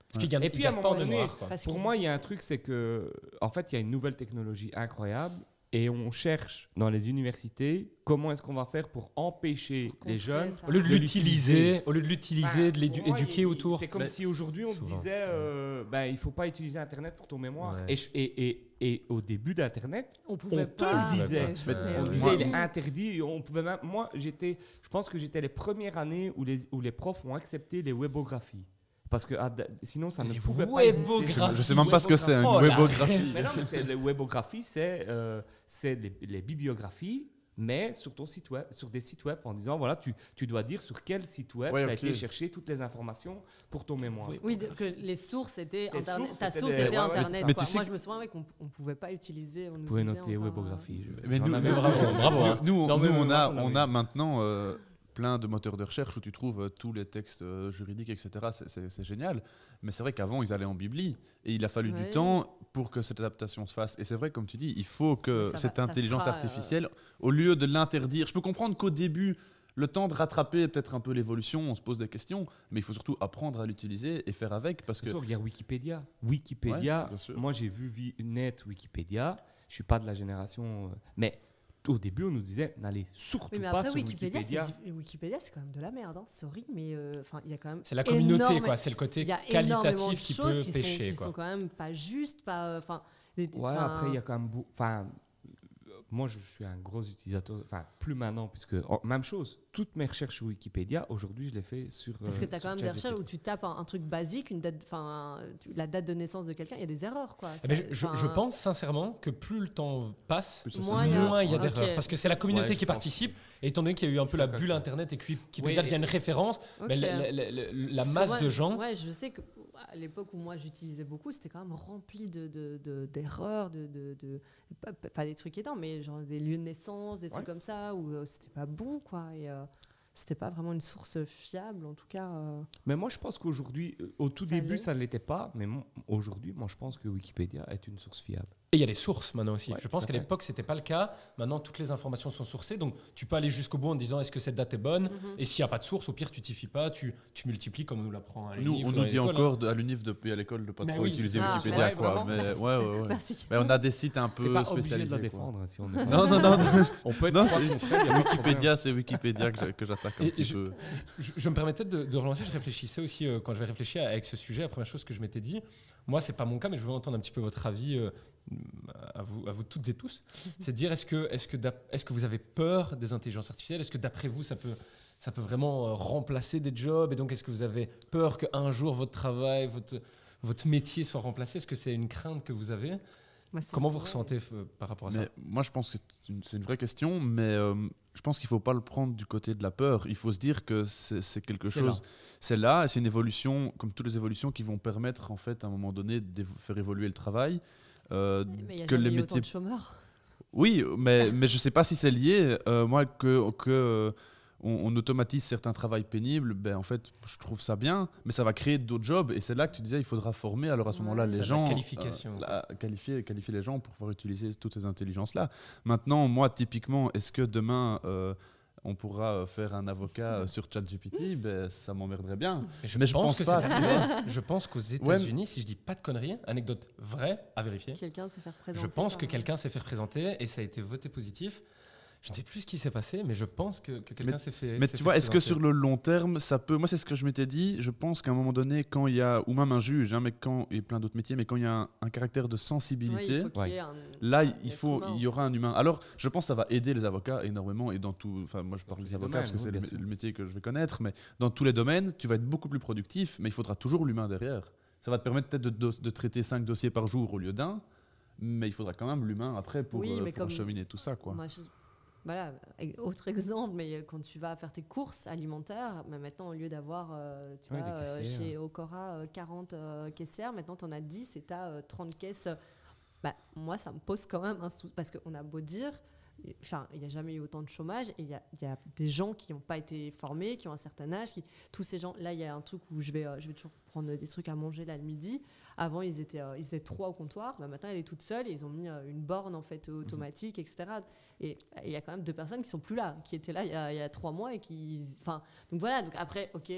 Parce qu'il gagne- Et il puis, à un garde pas en moment donné, mémoire, quoi. Parce Pour qu'ils- moi, il y a un truc, c'est que, en fait, il y a une nouvelle technologie incroyable et on cherche dans les universités comment est-ce qu'on va faire pour empêcher Pour les contrer jeunes. ça. Au lieu de de l'utiliser, au lieu de l'utiliser, Enfin, de l'édu- pour moi, éduquer il- autour. C'est comme Mais- si aujourd'hui on te Souvent. disait euh, ben, il ne faut pas utiliser Internet pour ton mémoire. Ouais. Et, je- et, et, et au début d'Internet, On pouvait on te pas. le disait. Ouais, je- Mais mais on oui. disait Moi- il est interdit. On pouvait même, moi, j'étais, je pense que j'étais les premières années où les, où les profs ont accepté les webographies. Parce que ah, d- sinon, ça ne Les pouvait pas exister. webographies. Je sais même pas ce que c'est, une Oh, la webographie. Mais non, mais c'est, les webographies, c'est, euh, c'est les, les bibliographies, mais sur ton site web, sur des sites web, en disant voilà, tu, tu dois dire sur quel site web Ouais, tu as ok. été chercher toutes les informations pour ton mémoire. Oui. Oui, de- que les sources étaient Tes Internet. sources Ta étaient source des- était ouais, ouais, Internet. mais quoi. tu sais Moi, que- je me souviens ouais, qu'on on pouvait pas utiliser. On nous Vous pouvez disait noter encore, webographie. je- Mais j'en nous- avais- Mais bravo, bravo. hein. Nous, on- Non, mais nous, on, moi, a, j'en on avais. a maintenant euh, plein de moteurs de recherche où tu trouves euh, tous les textes euh, juridiques, et cetera. C'est- C'est c'est génial. Mais c'est vrai qu'avant, ils allaient en bibli. Et il a fallu Ouais. du temps pour que cette adaptation se fasse. Et c'est vrai, comme tu dis, il faut que Mais ça cette va- ça intelligence sera, euh, artificielle, au lieu de l'interdire, je peux comprendre qu'au début, le temps de rattraper peut-être un peu l'évolution, on se pose des questions, mais il faut surtout apprendre à l'utiliser et faire avec. Parce que Parce que regarde Wikipédia. Wikipédia, Ouais, bien sûr. moi j'ai vu vi- net Wikipédia. Je suis pas de la génération, euh, mais au début on nous disait n'allez surtout Oui, mais pas après, sur Wikipédia, Wikipédia. c'est di- Wikipédia, c'est quand même de la merde. Hein. Sorry, mais euh, enfin, il y a quand même. C'est la communauté, énorme- quoi. C'est le côté Il y a énormément de qualitatif qui choses peut qui pêcher, sont, qui quoi. sont quand même pas justes, pas. euh, Enfin, des- Ouais, enfin, après il y a quand même, beau- enfin, euh, moi je suis un gros utilisateur, enfin plus maintenant puisque oh, même chose. Toutes mes recherches sur Wikipédia aujourd'hui je les fais sur. Parce que euh, tu as sur quand même des recherches où ChatGPT. tu tapes un, un truc basique, une date, enfin, tu- la date de naissance de quelqu'un, il y a des erreurs, quoi. Eh ben, Ça- je, je- enfin, je pense sincèrement que plus le temps passe, Plus ça Moins il y a- moins il y a Ok. d'erreurs. Parce que c'est la communauté Ouais, je qui pense. participe. Et étant donné qu'il y a eu un peu la bulle Internet et que Wikipédia Oui. devient une référence, ok. ben, la, la- la- la- la Parce que masse moi, de gens. Ouais, je sais que à l'époque où moi j'utilisais beaucoup, c'était quand même rempli de, de, de- d'erreurs, de, de, de- pas, pas- pas des trucs énormes, mais genre des lieux de naissance, des trucs Ouais. comme ça, où euh, c'était pas bon, quoi. Et euh, c'était pas vraiment une source fiable, en tout cas. euh. Mais moi je pense qu'aujourd'hui, euh, au tout Ça début l'est. ça ne l'était pas, mais mon- aujourd'hui moi je pense que Wikipédia est une source fiable. Et il y a les sources maintenant aussi. Ouais, je pense tout à qu'à fait. l'époque, c'était pas le cas. Maintenant, toutes les informations sont sourcées. Donc, tu peux aller jusqu'au bout en disant est-ce que cette date est bonne. Mhm. Et s'il n'y a pas de source, au pire, tu t'y fies pas. Tu, tu multiplies comme on nous l'apprend à nous, l'U N I F on ou nous dans dit l'école, hein. encore de- à l'U N I F depuis à l'école de pas Mais trop oui, utiliser c'est ça. Wikipédia. Ouais, quoi. vraiment, Mais, merci. ouais, ouais, ouais. Merci. Mais on a des sites un T'es peu pas obligé de spécialisés. la quoi. défendre hein, si on est Non, non, non, non. On peut être Non, trois c'est- contre elle, y a pas de problème. Wikipédia, c'est Wikipédia que j'a- que j'attaque un Et petit je- peu. Je, je me permettais de, de relancer. Je réfléchissais aussi euh, quand je vais réfléchir avec ce sujet. La première chose que je m'étais dit, moi, c'est pas mon cas, mais je veux entendre un petit peu votre avis euh, à vous, à vous toutes et tous. C'est de dire est-ce que, est-ce que, d'ap- est-ce que vous avez peur des intelligences artificielles? Est-ce que d'après vous, ça peut, ça peut vraiment euh, remplacer des jobs? Et donc, est-ce que vous avez peur qu'un jour votre travail, votre, votre métier soit remplacé? Est-ce que c'est une crainte que vous avez? Moi, c'est- Comment vous ouais. ressentez euh, par rapport à ça? Mais moi, je pense que c'est une, c'est une vraie question, mais euh, je pense qu'il ne faut pas le prendre du côté de la peur. Il faut se dire que c'est c'est quelque C'est chose. C'est là, et c'est une évolution, comme toutes les évolutions, qui vont permettre, en fait, à un moment donné, de faire évoluer le travail. euh, Mais il y a que jamais les eu autant métiers. de chômeurs. Oui, mais, mais je ne sais pas si c'est lié. Euh, moi, que, que euh, on, on automatise certains travails pénibles, ben, en fait, je trouve ça bien, mais ça va créer d'autres jobs. Et c'est là que tu disais, il faudra former. Alors à ce Ouais, moment-là, c'est les la gens. qualification. euh, la- qualifier, qualifier les gens pour pouvoir utiliser toutes ces intelligences-là. Maintenant, moi, typiquement, est-ce que demain. euh, on pourra euh, faire un avocat euh, sur ChatGPT, ben, ça m'emmerderait bien. Mais je, mais je pense, pense que pas, c'est tu arrivé. Je pense qu'aux États-Unis, si je dis pas de conneries, anecdote vraie à vérifier. Quelqu'un s'est fait représenter. Je pense que par- quelqu'un s'est fait représenter et ça a été voté positif. Je ne sais plus ce qui s'est passé, mais je pense que, que quelqu'un s'est fait. Mais s'est tu fait vois, est-ce que présenter. sur le long terme, ça peut. Moi, c'est ce que je m'étais dit. Je pense qu'à un moment donné, quand il y a. Ou même un juge, hein, mais quand, et plein d'autres métiers, mais quand il y a un, un caractère de Ouais, sensibilité. il faut qu'il y ait Ouais. un- Là, un il être faut, humain. il y aura un humain. Alors, je pense que ça va aider les avocats énormément et dans tout. Enfin, moi, je parle tous des les avocats domaines, parce que oui, c'est bien le, sûr. le métier que je vais connaître, mais dans tous les domaines, tu vas être beaucoup plus productif, mais il faudra toujours l'humain derrière. Ça va te permettre peut-être de, de- de traiter cinq dossiers par jour au lieu d'un, mais il faudra quand même l'humain après pour, Oui, euh, mais pour comme- acheminer tout ça, quoi. Moi, je- Voilà, e- autre exemple, mais quand tu vas faire tes courses alimentaires, mais maintenant, au lieu d'avoir euh, tu Ouais, vois, des euh, caissières. chez Ocora euh, quarante euh, caissières, maintenant tu en as dix et tu as trente caisses. Bah, moi, ça me pose quand même un souci, parce qu'on a beau dire, enfin, il n'y a jamais eu autant de chômage, et il y a, il y a des gens qui n'ont pas été formés, qui ont un certain âge, qui, tous ces gens, là, il y a un truc où je vais, euh, je vais toujours prendre des trucs à manger là le midi. Avant, ils étaient, euh, ils étaient trois au comptoir. Bah, maintenant, elle est toute seule et ils ont mis euh, une borne en fait automatique, et cetera. Et il y a quand même deux personnes qui sont plus là, qui étaient là il y a, il y a trois mois et qui, enfin, donc voilà. Donc après, ok,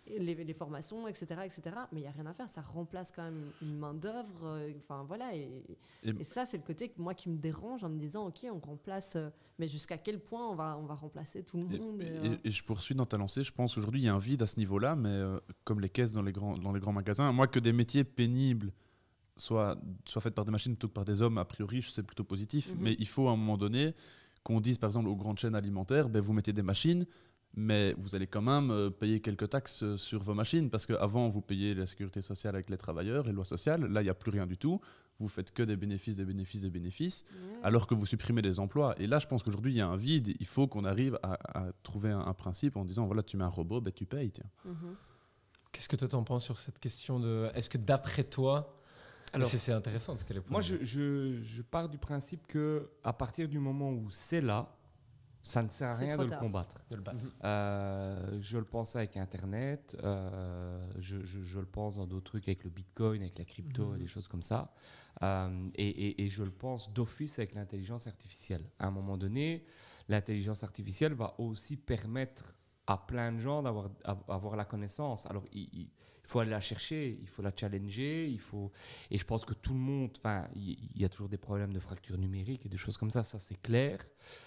les, les formations, et cetera, et cetera. Mais il n'y a rien à faire, ça remplace quand même une main-d'œuvre. euh, Enfin, voilà. Et, Et- et ça, c'est le côté que, moi qui me dérange en me disant, OK, on remplace. euh, mais jusqu'à quel point on va, on va remplacer tout le Et, monde et, et- euh, et je poursuis dans ta lancée. Je pense qu'aujourd'hui, il y a un vide à ce niveau-là, mais euh, comme les caisses dans les grands, dans les grands magasins, moi, que des métiers pénibles soient, soient faits par des machines plutôt que par des hommes, a priori, c'est plutôt positif. Mhm. Mais il faut à un moment donné qu'on dise, par exemple, aux grandes chaînes alimentaires, ben, vous mettez des machines, mais vous allez quand même euh, payer quelques taxes euh, sur vos machines, parce qu'avant, vous payez la sécurité sociale avec les travailleurs, les lois sociales. Là, il n'y a plus rien du tout. Vous faites que des bénéfices, des bénéfices, des bénéfices, ouais. alors que vous supprimez des emplois. Et là, je pense qu'aujourd'hui, il y a un vide. Il faut qu'on arrive à, à trouver un, un principe en disant, voilà, tu mets un robot, ben, tu payes. Tiens. Mhm. Qu'est-ce que toi t'en penses sur cette question de. Est-ce que d'après toi. Alors, c'est c'est intéressant. Quel est le point Moi, de je, vue. je, je pars du principe que à partir du moment où c'est là, ça ne sert à C'est rien trop de tard. le combattre. De le battre. Euh, je le pense avec Internet, euh, je, je- je le pense dans d'autres trucs avec le Bitcoin, avec la crypto Mhm. et des choses comme ça. Euh, et, et- et je le pense d'office avec l'intelligence artificielle. À un moment donné, l'intelligence artificielle va aussi permettre à plein de gens d'avoir av- avoir la connaissance. Alors, il, il- il faut aller la chercher, il faut la challenger, il faut... Et je pense que tout le monde... Enfin, il il y a toujours des problèmes de fracture numérique et des choses comme ça, ça c'est clair.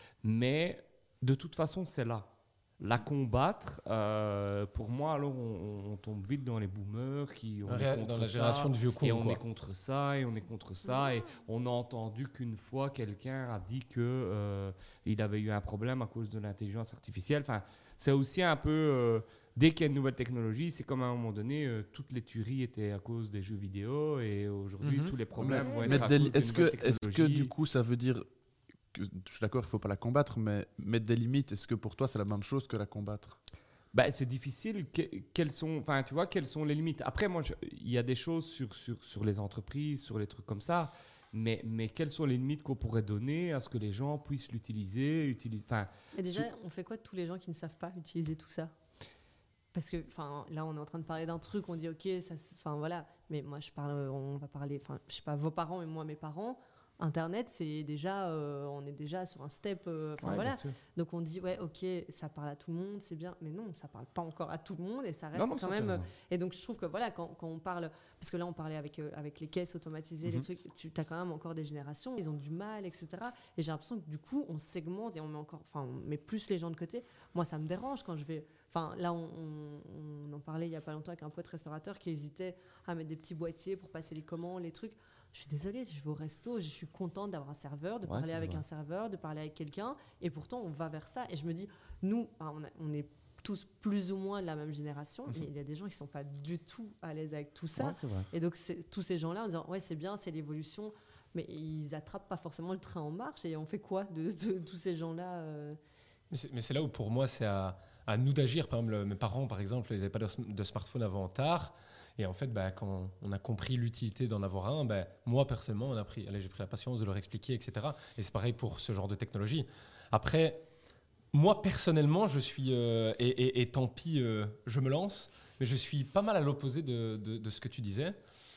Mais de toute façon, c'est là. La combattre, euh, pour moi, alors on, on- on tombe vite dans les boomers qui on Dans est la- contre dans la ça, génération de vieux cons. et on quoi. est contre ça et on est contre ça et on a entendu qu'une fois quelqu'un a dit que euh, il avait eu un problème à cause de l'intelligence artificielle. Enfin, c'est aussi un peu euh, dès qu'il y a une nouvelle technologie, c'est comme à un moment donné euh, toutes les tueries étaient à cause des jeux vidéo et aujourd'hui Mhm. tous les problèmes Ouais, vont être Mais à des- cause des est-ce que, nouvelles est-ce que technologies. du coup, ça veut dire que, je suis d'accord, il ne faut pas la combattre, mais mettre des limites, est-ce que pour toi, c'est la même chose que la combattre? Bah, c'est difficile. Que- quelles sont, enfin, tu vois, quelles sont les limites? Après, moi, je- il y a des choses sur, sur, sur les entreprises, sur les trucs comme ça, mais, mais quelles sont les limites qu'on pourrait donner à ce que les gens puissent l'utiliser, utiliser, enfin, Et déjà, on fait quoi de tous les gens qui ne savent pas utiliser tout ça? Parce que, enfin, là, on est en train de parler d'un truc, on dit, ok, ça, enfin voilà. Mais moi, je parle, on va parler, enfin, je sais pas, vos parents et moi, mes parents. Internet, c'est déjà, euh, on est déjà sur un step. euh, Enfin ouais, voilà. bien sûr. Donc on dit, ouais, ok, ça parle à tout le monde, c'est bien. Mais non, ça parle pas encore à tout le monde et ça reste Non, non, quand ça, t'as même. raison. Et donc je trouve que voilà, quand, quand on parle, parce que là on parlait avec, euh, avec les caisses automatisées, les Mhm. trucs, tu as quand même encore des générations, ils ont du mal, et cetera. Et j'ai l'impression que du coup on segmente et on met encore, enfin on met plus les gens de côté. Moi ça me dérange quand je vais, enfin là on, on- on en parlait il y a pas longtemps avec un pote restaurateur qui hésitait à mettre des petits boîtiers pour passer les commandes, les trucs. Je suis désolée, je vais au resto, je suis contente d'avoir un serveur, de Ouais, parler c'est avec vrai. un serveur, de parler avec quelqu'un, et pourtant on va vers ça. Et je me dis, nous, ah, on, a- on est tous plus ou moins de la même génération, Mhm. mais il y a des gens qui sont pas du tout à l'aise avec tout ça. Ouais, c'est vrai. Et donc c'est- tous ces gens-là en disant, ouais c'est bien, c'est l'évolution, mais ils attrapent pas forcément le train en marche. Et on fait quoi de, de tous ces gens-là euh, Mais c'est mais c'est là où pour moi c'est à, à nous d'agir. Par exemple, mes parents, par exemple, ils n'avaient pas de, sm- de smartphone avant tard. Et en fait, bah, quand on a compris l'utilité d'en avoir un, bah, moi personnellement, on a pris, allez, j'ai pris la patience de leur expliquer, et cetera. Et c'est pareil pour ce genre de technologie. Après, moi personnellement, je suis, euh, et, et- et tant pis, euh, je me lance, mais je suis pas mal à l'opposé de, de- de ce que tu disais.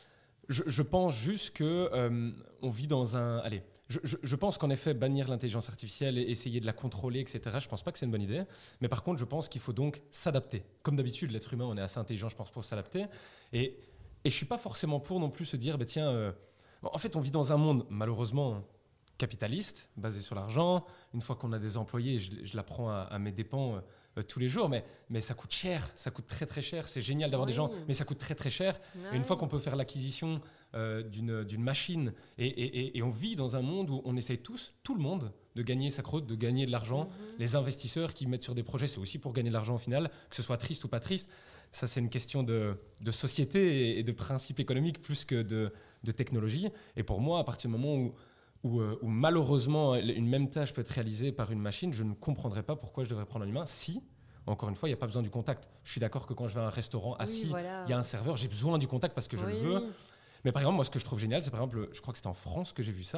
Je, je pense juste que euh, on vit dans un. Allez, je, je- je pense qu'en effet, bannir l'intelligence artificielle et essayer de la contrôler, et cetera, je pense pas que c'est une bonne idée. Mais par contre, je pense qu'il faut donc s'adapter. Comme d'habitude, l'être humain, on est assez intelligent, je pense, pour s'adapter. Et, et je suis pas forcément pour non plus se dire, bah, tiens, euh, en fait, on vit dans un monde, malheureusement, capitaliste, basé sur l'argent. Une fois qu'on a des employés, je, je l'apprends à, à mes dépens euh, euh, tous les jours, mais, mais ça coûte cher, ça coûte très très cher. C'est génial d'avoir des Oui. gens, mais ça coûte très très cher. Et une fois qu'on peut faire l'acquisition euh, d'une d'une machine, et, et- et- et on vit dans un monde où on essaye tous, tout le monde, de gagner sa croûte, de gagner de l'argent. Mhm. Les investisseurs qui mettent sur des projets, c'est aussi pour gagner de l'argent au final, que ce soit triste ou pas triste. Ça, c'est une question de, de société et, et de principe économique plus que de, de technologie. Et pour moi, à partir du moment où, où, euh, où malheureusement une même tâche peut être réalisée par une machine, je ne comprendrais pas pourquoi je devrais prendre un humain si, encore une fois, il n'y a pas besoin du contact. Je suis d'accord que quand je vais à un restaurant Oui, assis, voilà. il y a un serveur, j'ai besoin du contact parce que je Oui, le veux. oui. Mais par exemple, moi, ce que je trouve génial, c'est par exemple, je crois que c'était en France que j'ai vu ça.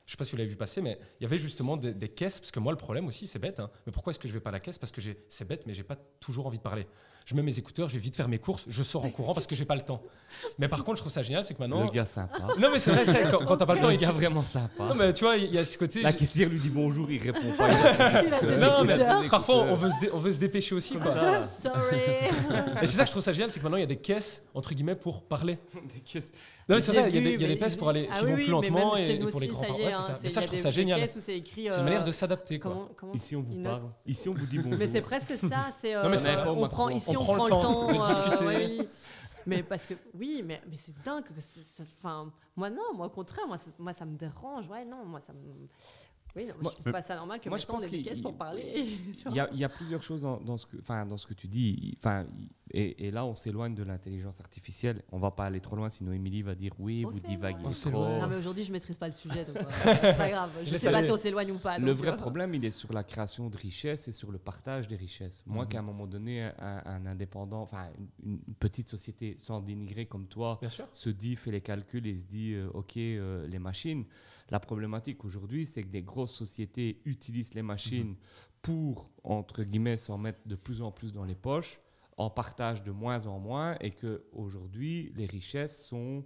je sais pas si vous l'avez vu passer, mais il y avait justement des, des caisses, parce que moi le problème aussi, c'est bête, hein, mais pourquoi est-ce que je vais pas à la caisse? Parce que j'ai, c'est bête, mais j'ai pas toujours envie de parler. Je mets mes écouteurs, je vais vite faire mes courses, je sors en courant parce que j'ai pas le temps. Mais par contre, je trouve ça génial, c'est que maintenant... Le gars sympa. Non mais c'est vrai, c'est vrai, quand, quand t'as pas le temps, Le il gars vraiment sympa. Non mais tu vois, il y a ce côté... La j'ai- caissière lui dit bonjour, il répond pas. Il a ses Non mais écouteurs. parfois on veut se, dé- on veut se dépêcher aussi, quoi. Ça. Sorry. Et c'est ça que je trouve ça génial, c'est que maintenant il y a des caisses entre guillemets pour parler. Des caisses. Non mais c'est J'ai vrai, il y a vu, des, il y a des mais- caisses pour aller Ah qui oui, vont oui, plus mais lentement même et, chez et nous pour les aussi, grands ça parents. y est, Ouais, c'est hein, ça. c'est- Mais il ça y je a trouve des- ça des génial. caisses où c'est écrit, C'est une euh, manière de s'adapter, quoi. Comment, comment Ici, on vous Une parle. note. Ici, on vous dit bonjour. Mais c'est presque ça. C'est, Non, mais euh, c'est ça. on prend, ici, on, prend le temps, de euh, discuter. oui. Mais parce que oui, mais, mais c'est dingue. Que c'est- c'est- enfin, moi non, moi au contraire, moi, ça- moi ça me dérange. Ouais, non, moi ça me. Oui, non, Moi- je trouve pas ça normal que moi, je maintenant on pense ait des qu'il- caisses pour il- parler. Il y, a, il y a plusieurs choses dans, dans ce que, enfin, dans ce que tu dis. Enfin, et, et là, on s'éloigne de l'intelligence artificielle. On va pas aller trop loin, sinon Émilie va dire oui, On vous s'éloigne. divaguez On trop. s'éloigne. Non, mais aujourd'hui, je maîtrise pas le sujet, donc euh, c'est pas grave. Je Laisse sais pas aller. si on s'éloigne ou pas. Le donc, vrai euh, problème, il est sur la création de richesses et sur le partage des richesses. Moi, Mhm. qu'à un moment donné, un, un indépendant, enfin, une, une petite société, sans dénigrer comme toi, Bien sûr. se dit, fait les calculs et se dit, euh, OK, euh, les machines. La problématique aujourd'hui, c'est que des grosses sociétés utilisent les machines pour, entre guillemets, s'en mettre de plus en plus dans les poches, en partagent de moins en moins, et qu'aujourd'hui, les richesses sont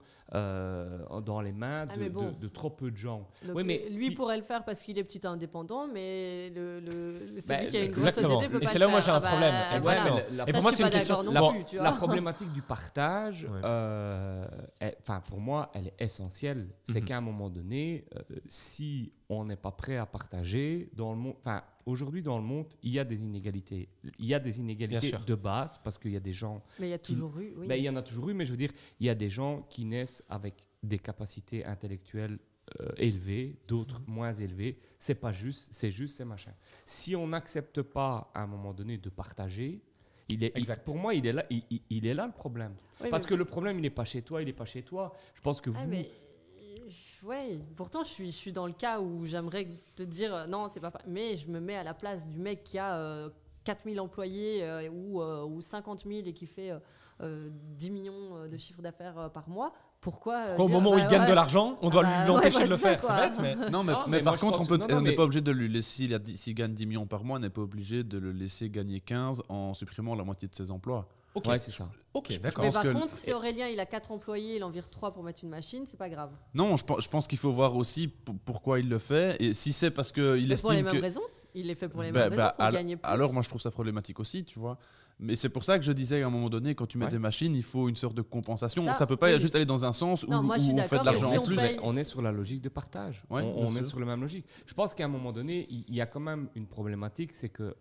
euh, dans les mains Ah, de, mais bon. de- de trop peu de gens. donc, Oui, mais lui si- pourrait le faire parce qu'il est petit indépendant, mais le, le, le- celui Bah, qui a une grosse exactement. société peut Et pas c'est le là où moi faire. j'ai un Ah bah, problème. voilà. Exactement. Ouais, mais la- Et Ça, pour moi, je c'est suis une pas question. d'accord non La, plus, tu la vois. problématique du partage, Ouais. euh, est- enfin pour moi, elle est essentielle. C'est Mhm. qu'à un moment donné, euh, si on n'est pas prêt à partager dans le monde, enfin aujourd'hui dans le monde, il y a des inégalités. Il y a des inégalités Bien sûr. de base parce qu'il y a des gens. Mais il y a qui- toujours eu. Oui. Ben, il y en a toujours eu, mais je veux dire, il y a des gens qui naissent avec des capacités intellectuelles euh, élevées, d'autres moins élevées. C'est pas juste, c'est juste, c'est machin. Si on n'accepte pas à un moment donné de partager, il est, il- Exact. pour moi, il est là, il, il- il est là le problème. Oui, Parce mais- que le problème, il n'est pas chez toi, il n'est pas chez toi. Je pense que vous. Ah, mais, euh, ouais, pourtant je suis, je suis dans le cas où j'aimerais te dire euh, non, c'est pas. pa- Mais je me mets à la place du mec qui a euh, quatre mille employés euh, ou, euh, ou cinquante mille et qui fait euh, euh, dix millions euh, de chiffre d'affaires euh, par mois. Pourquoi euh, Au dire, moment où bah, il gagne ouais, de l'argent, on doit Ah bah, lui l'empêcher ouais, de le bah, c'est faire. C'est quoi. bête, mais Non, mais, Non, mais mais par moi, je contre, on pense peut, que- non, non, on n'est mais- pas obligé de lui laisser, s'il a dix- s'il gagne dix millions par mois, on n'est pas obligé de le laisser gagner quinze en supprimant la moitié de ses emplois. ok, Ouais, c'est ça. ok, je d'accord. Mais pense par que- contre, si Aurélien il a quatre employés, il en vire trois pour mettre une machine, c'est pas grave. Non, je, pense- je pense qu'il faut voir aussi p- pourquoi il le fait. Et si c'est parce qu'il Mais pour les estime mêmes que. raisons. Il les fait pour les Bah, mêmes bah, raisons, pour al- gagner plus. alors, moi, je trouve ça problématique aussi, tu vois. Mais c'est pour ça que je disais à un moment donné, quand tu mets Ouais. des machines, il faut une sorte de compensation. Ça, Ça, peut pas oui. juste aller dans un sens où, Non, moi, je où suis on fait de d'accord, mais l'argent si en on plus. paye- On est sur la logique de partage. Ouais, on bien on est sûr. sur la même logique. Je pense qu'à un moment donné, il il y a quand même une problématique, c'est que euh,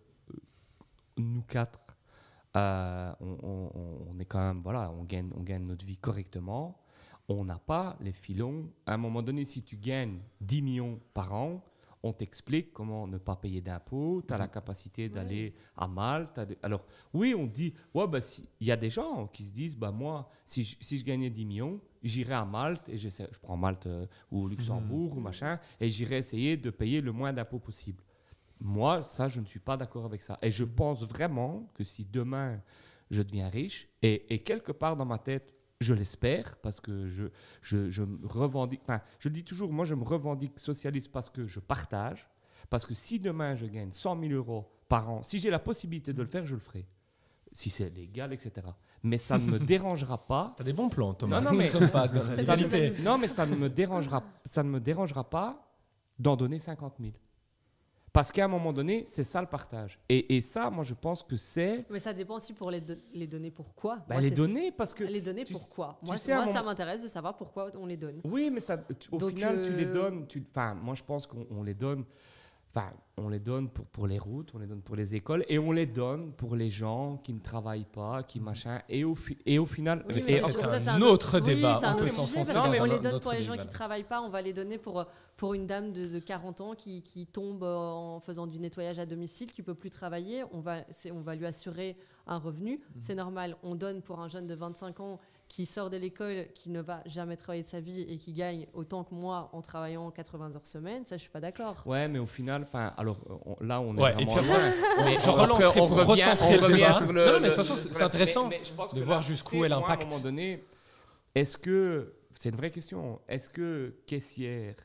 nous quatre, euh, on, on- on est quand même, voilà, on gagne, on gagne notre vie correctement. On n'a pas les filons. À un moment donné, si tu gagnes dix millions par an, on t'explique comment ne pas payer d'impôts, tu as la capacité d'aller à Malte. t'as des- Alors, oui, on dit, ouais, bah, si- il y a des gens qui se disent, bah, moi, si je, si je gagnais dix millions, j'irai à Malte, et j'essaie- je prends Malte euh, ou Luxembourg ou machin, et j'irai essayer de payer le moins d'impôts possible. Moi, ça, je ne suis pas d'accord avec ça. Et je pense vraiment que si demain, je deviens riche, et, et quelque part dans ma tête, je l'espère, parce que je, je, je me revendique, enfin, je le dis toujours, moi, je me revendique socialiste parce que je partage, parce que si demain, je gagne cent mille euros par an, si j'ai la possibilité de le faire, je le ferai. Si c'est légal, et cetera. Mais ça ne me dérangera pas. T'as des bons plans, Thomas. Non, non, mais- Nous sommes pas dans la Ça légalité. ne- non, mais ça ne me dérangera, ça ne me dérangera pas d'en donner cinquante mille. Parce qu'à un moment donné, c'est ça le partage. Et, et ça, moi, je pense que c'est Mais ça dépend aussi pour les, do- les donner pourquoi. bah, Moi, les c'est- donner, parce que Les donner tu- pourquoi. tu Moi, sais, à moi un ça moment- m'intéresse de savoir pourquoi on les donne. oui, mais ça, tu- au Donc, final, tu les euh, donnes. tu- Enfin, moi, je pense qu'on on les donne. Enfin, on les donne pour, pour les routes, on les donne pour les écoles, et on les donne pour les gens qui ne travaillent pas, qui machin. Et au, fi- et au final, Oui, mais et ça, encore- c'est c'est un autre oui, débat. c'est On un peut autre s'enfoncer sujet, dans parce qu'on un les autre donne pour les gens débat. qui ne travaillent pas, on va les donner pour, pour une dame de, de quarante ans qui, qui tombe en faisant du nettoyage à domicile, qui ne peut plus travailler. On va, c'est- on va lui assurer un revenu. C'est normal. On donne pour un jeune de vingt-cinq ans qui sort de l'école, qui ne va jamais travailler de sa vie et qui gagne autant que moi en travaillant quatre-vingts heures semaine. Ça, je ne suis pas d'accord. Ouais, mais au final, enfin, alors on- là, on est Ouais, et vraiment puis loin. Mais je on- relancerai on pour revient- recentrer on le revient débat. sur le- Non, non, mais de le- toute façon, sur c'est la- intéressant mais- mais je pense de que voir là, jusqu'où tu sais, est moi, l'impact. À un moment donné, est-ce que c'est une vraie question. Est-ce que caissière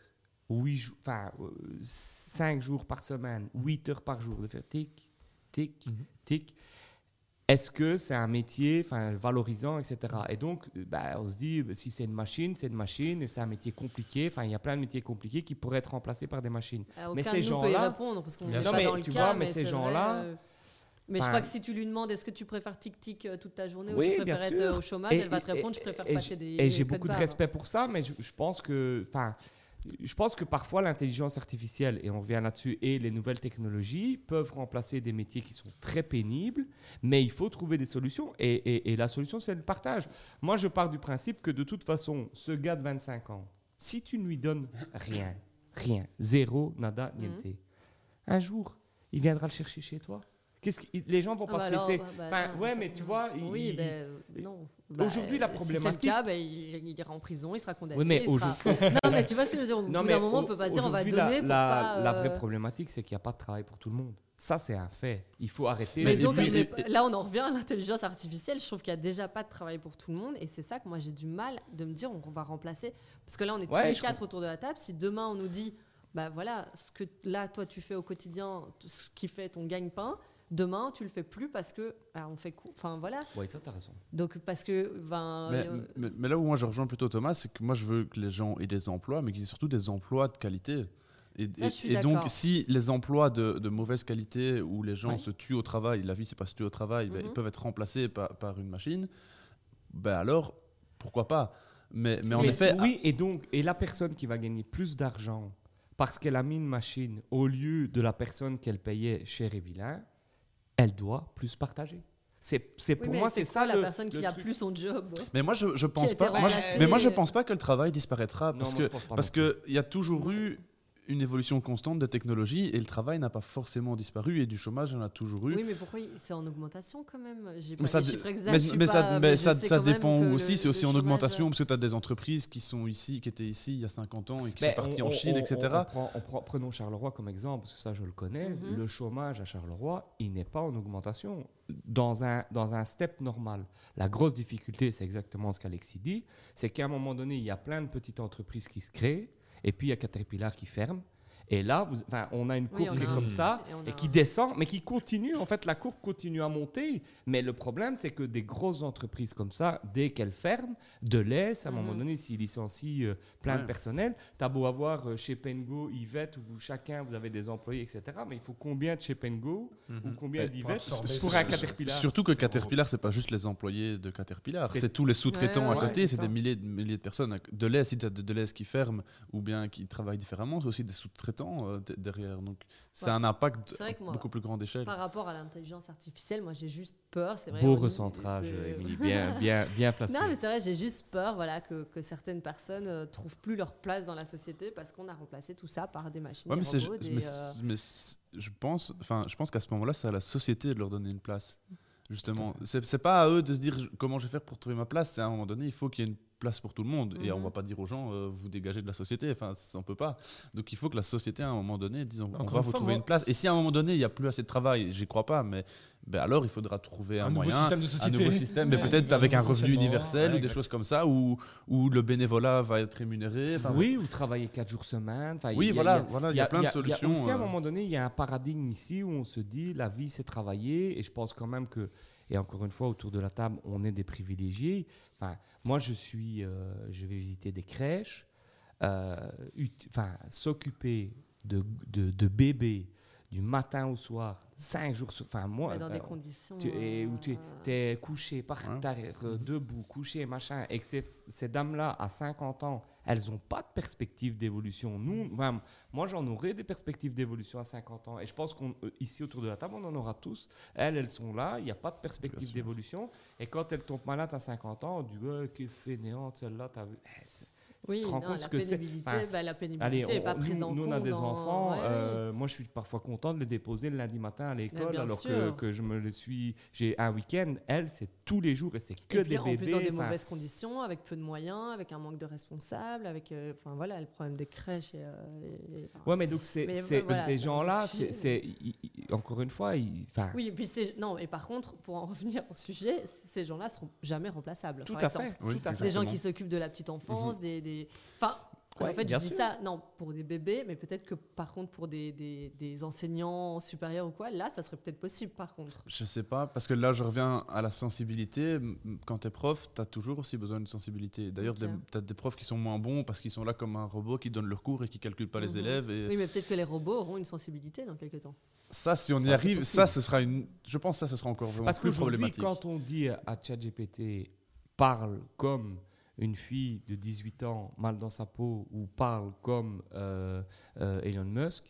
huit jou- enfin, euh, cinq jours par semaine, huit heures par jour, de faire tic, tic, Mhm. tic, est-ce que c'est un métier enfin, valorisant, et cetera. Et donc, euh, bah, on se dit, bah, si c'est une machine, c'est une machine, et c'est un métier compliqué. Enfin, il y a plein de métiers compliqués qui pourraient être remplacés par des machines. Euh, Mais aucun ces de nous peut y gens-là- répondre parce qu'on Bien n'est sûr. pas Non, dans mais le tu cas. vois, mais ces c'est gens-là, vrai, euh, Mais je enfin- crois que si tu lui demandes est-ce que tu préfères tic-tic euh, toute ta journée Oui, ou tu bien préfères sûr. être euh, au chômage, Et- elle va te et- répondre je préfère et passer j'ai- des Et j'ai codes beaucoup de barres. respect pour ça, mais je, je pense que, enfin, je pense que parfois l'intelligence artificielle, et on revient là-dessus, et les nouvelles technologies peuvent remplacer des métiers qui sont très pénibles, mais il faut trouver des solutions. Et, et- et la solution, c'est le partage. Moi, je pars du principe que de toute façon, ce gars de vingt-cinq ans, si tu ne lui donnes rien, rien, zéro, nada, niente, un jour, il viendra le chercher chez toi. Qu'est-ce qui- les gens vont Ah pas bah se alors, laisser. bah, bah, Enfin, non, ouais, ça- mais tu vois, il- Oui, il- ben, il- non. Aujourd'hui, la Si problématique- c'est le cas, ben, il, il ira en prison, il sera condamné. Oui, mais il sera- non, mais tu vois ce que je veux dire. Au Non, bout mais d'un moment, on au- peut pas se dire on va aujourd'hui, donner la, pour la, pas. la euh, vraie problématique, c'est qu'il n'y a pas de travail pour tout le monde. Ça, c'est un fait. Il faut arrêter. Mais Et donc, puis- mais et- là, on en revient à l'intelligence artificielle. Je trouve qu'il n'y a déjà pas de travail pour tout le monde. Et c'est ça que moi, j'ai du mal de me dire on va remplacer. Parce que là, on est tous Ouais, les je quatre autour de la table. Si demain, on nous dit bah voilà, ce que là, toi, tu fais au quotidien, t- ce qui fait ton gagne-pain, demain, tu le fais plus parce que bah, on fait coup. Enfin, voilà. Oui, ça, tu as raison. Donc, parce que. Ben, Mais, euh, mais- mais là où moi je rejoins plutôt Thomas, c'est que moi je veux que les gens aient des emplois, mais qu'ils aient surtout des emplois de qualité. Et, Ça, et- je suis et donc, d'accord. si les emplois de, de mauvaise qualité où les gens Ouais. se tuent au travail, la vie c'est pas se tuer au travail, ben, Mhm. ils peuvent être remplacés par, par une machine, ben alors pourquoi pas. Mais, mais en Mais effet, oui, et donc, et la personne qui va gagner plus d'argent parce qu'elle a mis une machine au lieu de la personne qu'elle payait cher et vilain, elle doit plus partager. C'est, c'est oui, pour mais moi, c'est c'est quoi ça la le, personne qui le a truc. plus son job? mais moi je, je pense été pas. Moi, je- remplacé, mais moi je euh, pense pas que le travail disparaîtra Non, parce moi, je que pense pas parce non plus. que il y a toujours eu une évolution constante des technologies et le travail n'a pas forcément disparu et du chômage il y en a toujours eu. Oui, mais pourquoi il- c'est en augmentation quand même? J'ai pas Mais ça, les dé- chiffres exacts. mais- je suis mais ça, pas- mais mais je ça, sais ça quand même dépend que où le- aussi. C'est le aussi en chômage- augmentation parce que tu as des entreprises qui sont ici, qui étaient ici il y a cinquante ans et qui Ben, sont parties on- en on- Chine, on- et cetera. on prend- on prend- prenons Charleroi comme exemple, parce que ça, je le connais. Mhm. Le chômage à Charleroi, il n'est pas en augmentation. Dans un, dans un step normal, la grosse difficulté, c'est exactement ce qu'Alexis dit, c'est qu'à un moment donné, il y a plein de petites entreprises qui se créent, et puis il y a Caterpillar qui ferme. Et là, vous- enfin, on a une Oui, courbe on qui est a un- comme ça et on et a qui un- descend, mais qui continue. En fait, la courbe continue à monter. Mais le problème, c'est que des grosses entreprises comme ça, dès qu'elles ferment, de l'aise, à un moment Mhm. donné, s'ils licencient euh, plein de Ouais. personnel, t'as beau avoir euh, chez Pengo, Yvette, où chacun, vous avez des employés, et cetera. Mais il faut combien de chez Pengo ou combien Ouais, d'Yvette pour absorber pour ce- un ce- Caterpillar? Surtout que c'est Caterpillar, c'est pas juste les employés de Caterpillar, C'est- c'est tous les sous-traitants Ouais, à ouais, côté, c'est c'est ça. des milliers, de milliers de personnes. Deleuze, si tu as de Deleuze qui ferme ou bien qui travaille différemment, c'est aussi des sous-traitants euh, d- derrière. Donc c'est Ouais. un impact C'est vrai que moi, beaucoup plus grande échelle. Par rapport à l'intelligence artificielle, moi j'ai juste peur. C'est vrai. Beau au- recentrage, de- Émilie, bien, bien, bien placé. Non, mais c'est vrai, j'ai juste peur voilà, que, que certaines personnes euh, trouvent plus leur place dans la société parce qu'on a remplacé tout ça par des machines, Ouais, mais des c'est- robots, des, mais euh, c'est- mais c'est- je pense, enfin, je pense qu'à ce moment-là, c'est à la société de leur donner une place. Justement, c'est c'est pas à eux de se dire je- comment je vais faire pour trouver ma place. C'est à un moment donné, il faut qu'il y ait une place pour tout le monde. Et on Mhm. va pas dire aux gens euh, vous dégagez de la société. Enfin, ça, on peut pas. Donc il faut que la société, à un moment donné, dise on, on Encore va une vous fois, trouver moi- une place. Et si à un moment donné il y a plus assez de travail, j'y crois pas, mais ben alors il faudra trouver un, Un nouveau moyen, système de un société. nouveau système, mais Ouais. peut-être Un avec un nouveau revenu fonctionnement. universel Ouais, ou des exact. choses comme ça, où, où le bénévolat va être rémunéré. Enfin, Oui, ou travailler quatre jours semaine. Enfin, oui, il y a- voilà, il y a- voilà, il y a plein de solutions. aussi, à un euh. moment donné, il y a un paradigme ici où on se dit la vie, c'est travailler. Et je pense quand même que, et encore une fois, autour de la table, on est des privilégiés. Enfin, moi, je suis, euh, je vais visiter des crèches, euh, ut- enfin, s'occuper de, de, de bébés du matin au soir, cinq jours sur. Enfin, moi. mais dans euh, des conditions. tu, et où tu euh, es couché par Ouais. terre, euh, debout, couché, machin, et que ces, ces dames-là, à cinquante ans, elles n'ont pas de perspective d'évolution. Nous, enfin, moi, j'en aurais des perspectives d'évolution à cinquante ans. Et je pense qu'ici, autour de la table, on en aura tous. Elles, elles sont là, il n'y a pas de Bien perspective sûr. d'évolution. Et quand elles tombent malades à cinquante ans, on dit ouais, quelle fainéante celle-là, t'as vu. Eh, c'est- Oui, te rends non, compte la ce que c'est. pénibilité, Enfin, bah, la Allez, pénibilité n'est on- pas prise nous, en nous, compte. on a des dans- enfants. ouais, euh, moi, je suis parfois content de les déposer le lundi matin à l'école, bien alors que, sûr. que je me les suis. J'ai un week-end. Elle, c'est tous les jours et c'est que Et puis, des en bébés. plus dans des enfin, mauvaises conditions, avec peu de moyens, avec un manque de responsables, avec euh, enfin voilà le problème des crèches et, euh, et- et- enfin, Ouais, mais donc c'est, Mais c'est- voilà, ces ça gens-là, suffit. c'est, c'est- ils- ils- encore une fois, ils- enfin, Oui, et puis c'est non, et par contre, pour en revenir au sujet, ces gens-là seront jamais remplaçables. tout par à exemple. fait, Oui, tout à fait. Des gens Exactement. qui s'occupent de la petite enfance, Mhm. des, des... Enfin, Ouais, en fait, je bien dis sûr. ça, non, pour des bébés, mais peut-être que par contre, pour des, des, des enseignants supérieurs ou quoi, là, ça serait peut-être possible par contre. Je sais pas, parce que là, je reviens à la sensibilité. M- Quand tu es prof, tu as toujours aussi besoin de sensibilité. D'ailleurs, Ok. tu as des profs qui sont moins bons parce qu'ils sont là comme un robot qui donne leur cours et qui calculent pas les Mhm. élèves. Et Oui, mais peut-être que les robots auront une sensibilité dans quelques temps. ça, si on Ça, y c'est arrive, possible. ça, ce sera une. Je pense que ça, ce sera encore vraiment Parce plus qu'aujourd'hui, problématique. quand on dit à ChatGPT parle comme une fille de dix-huit ans mal dans sa peau ou parle comme euh, euh, Elon Musk,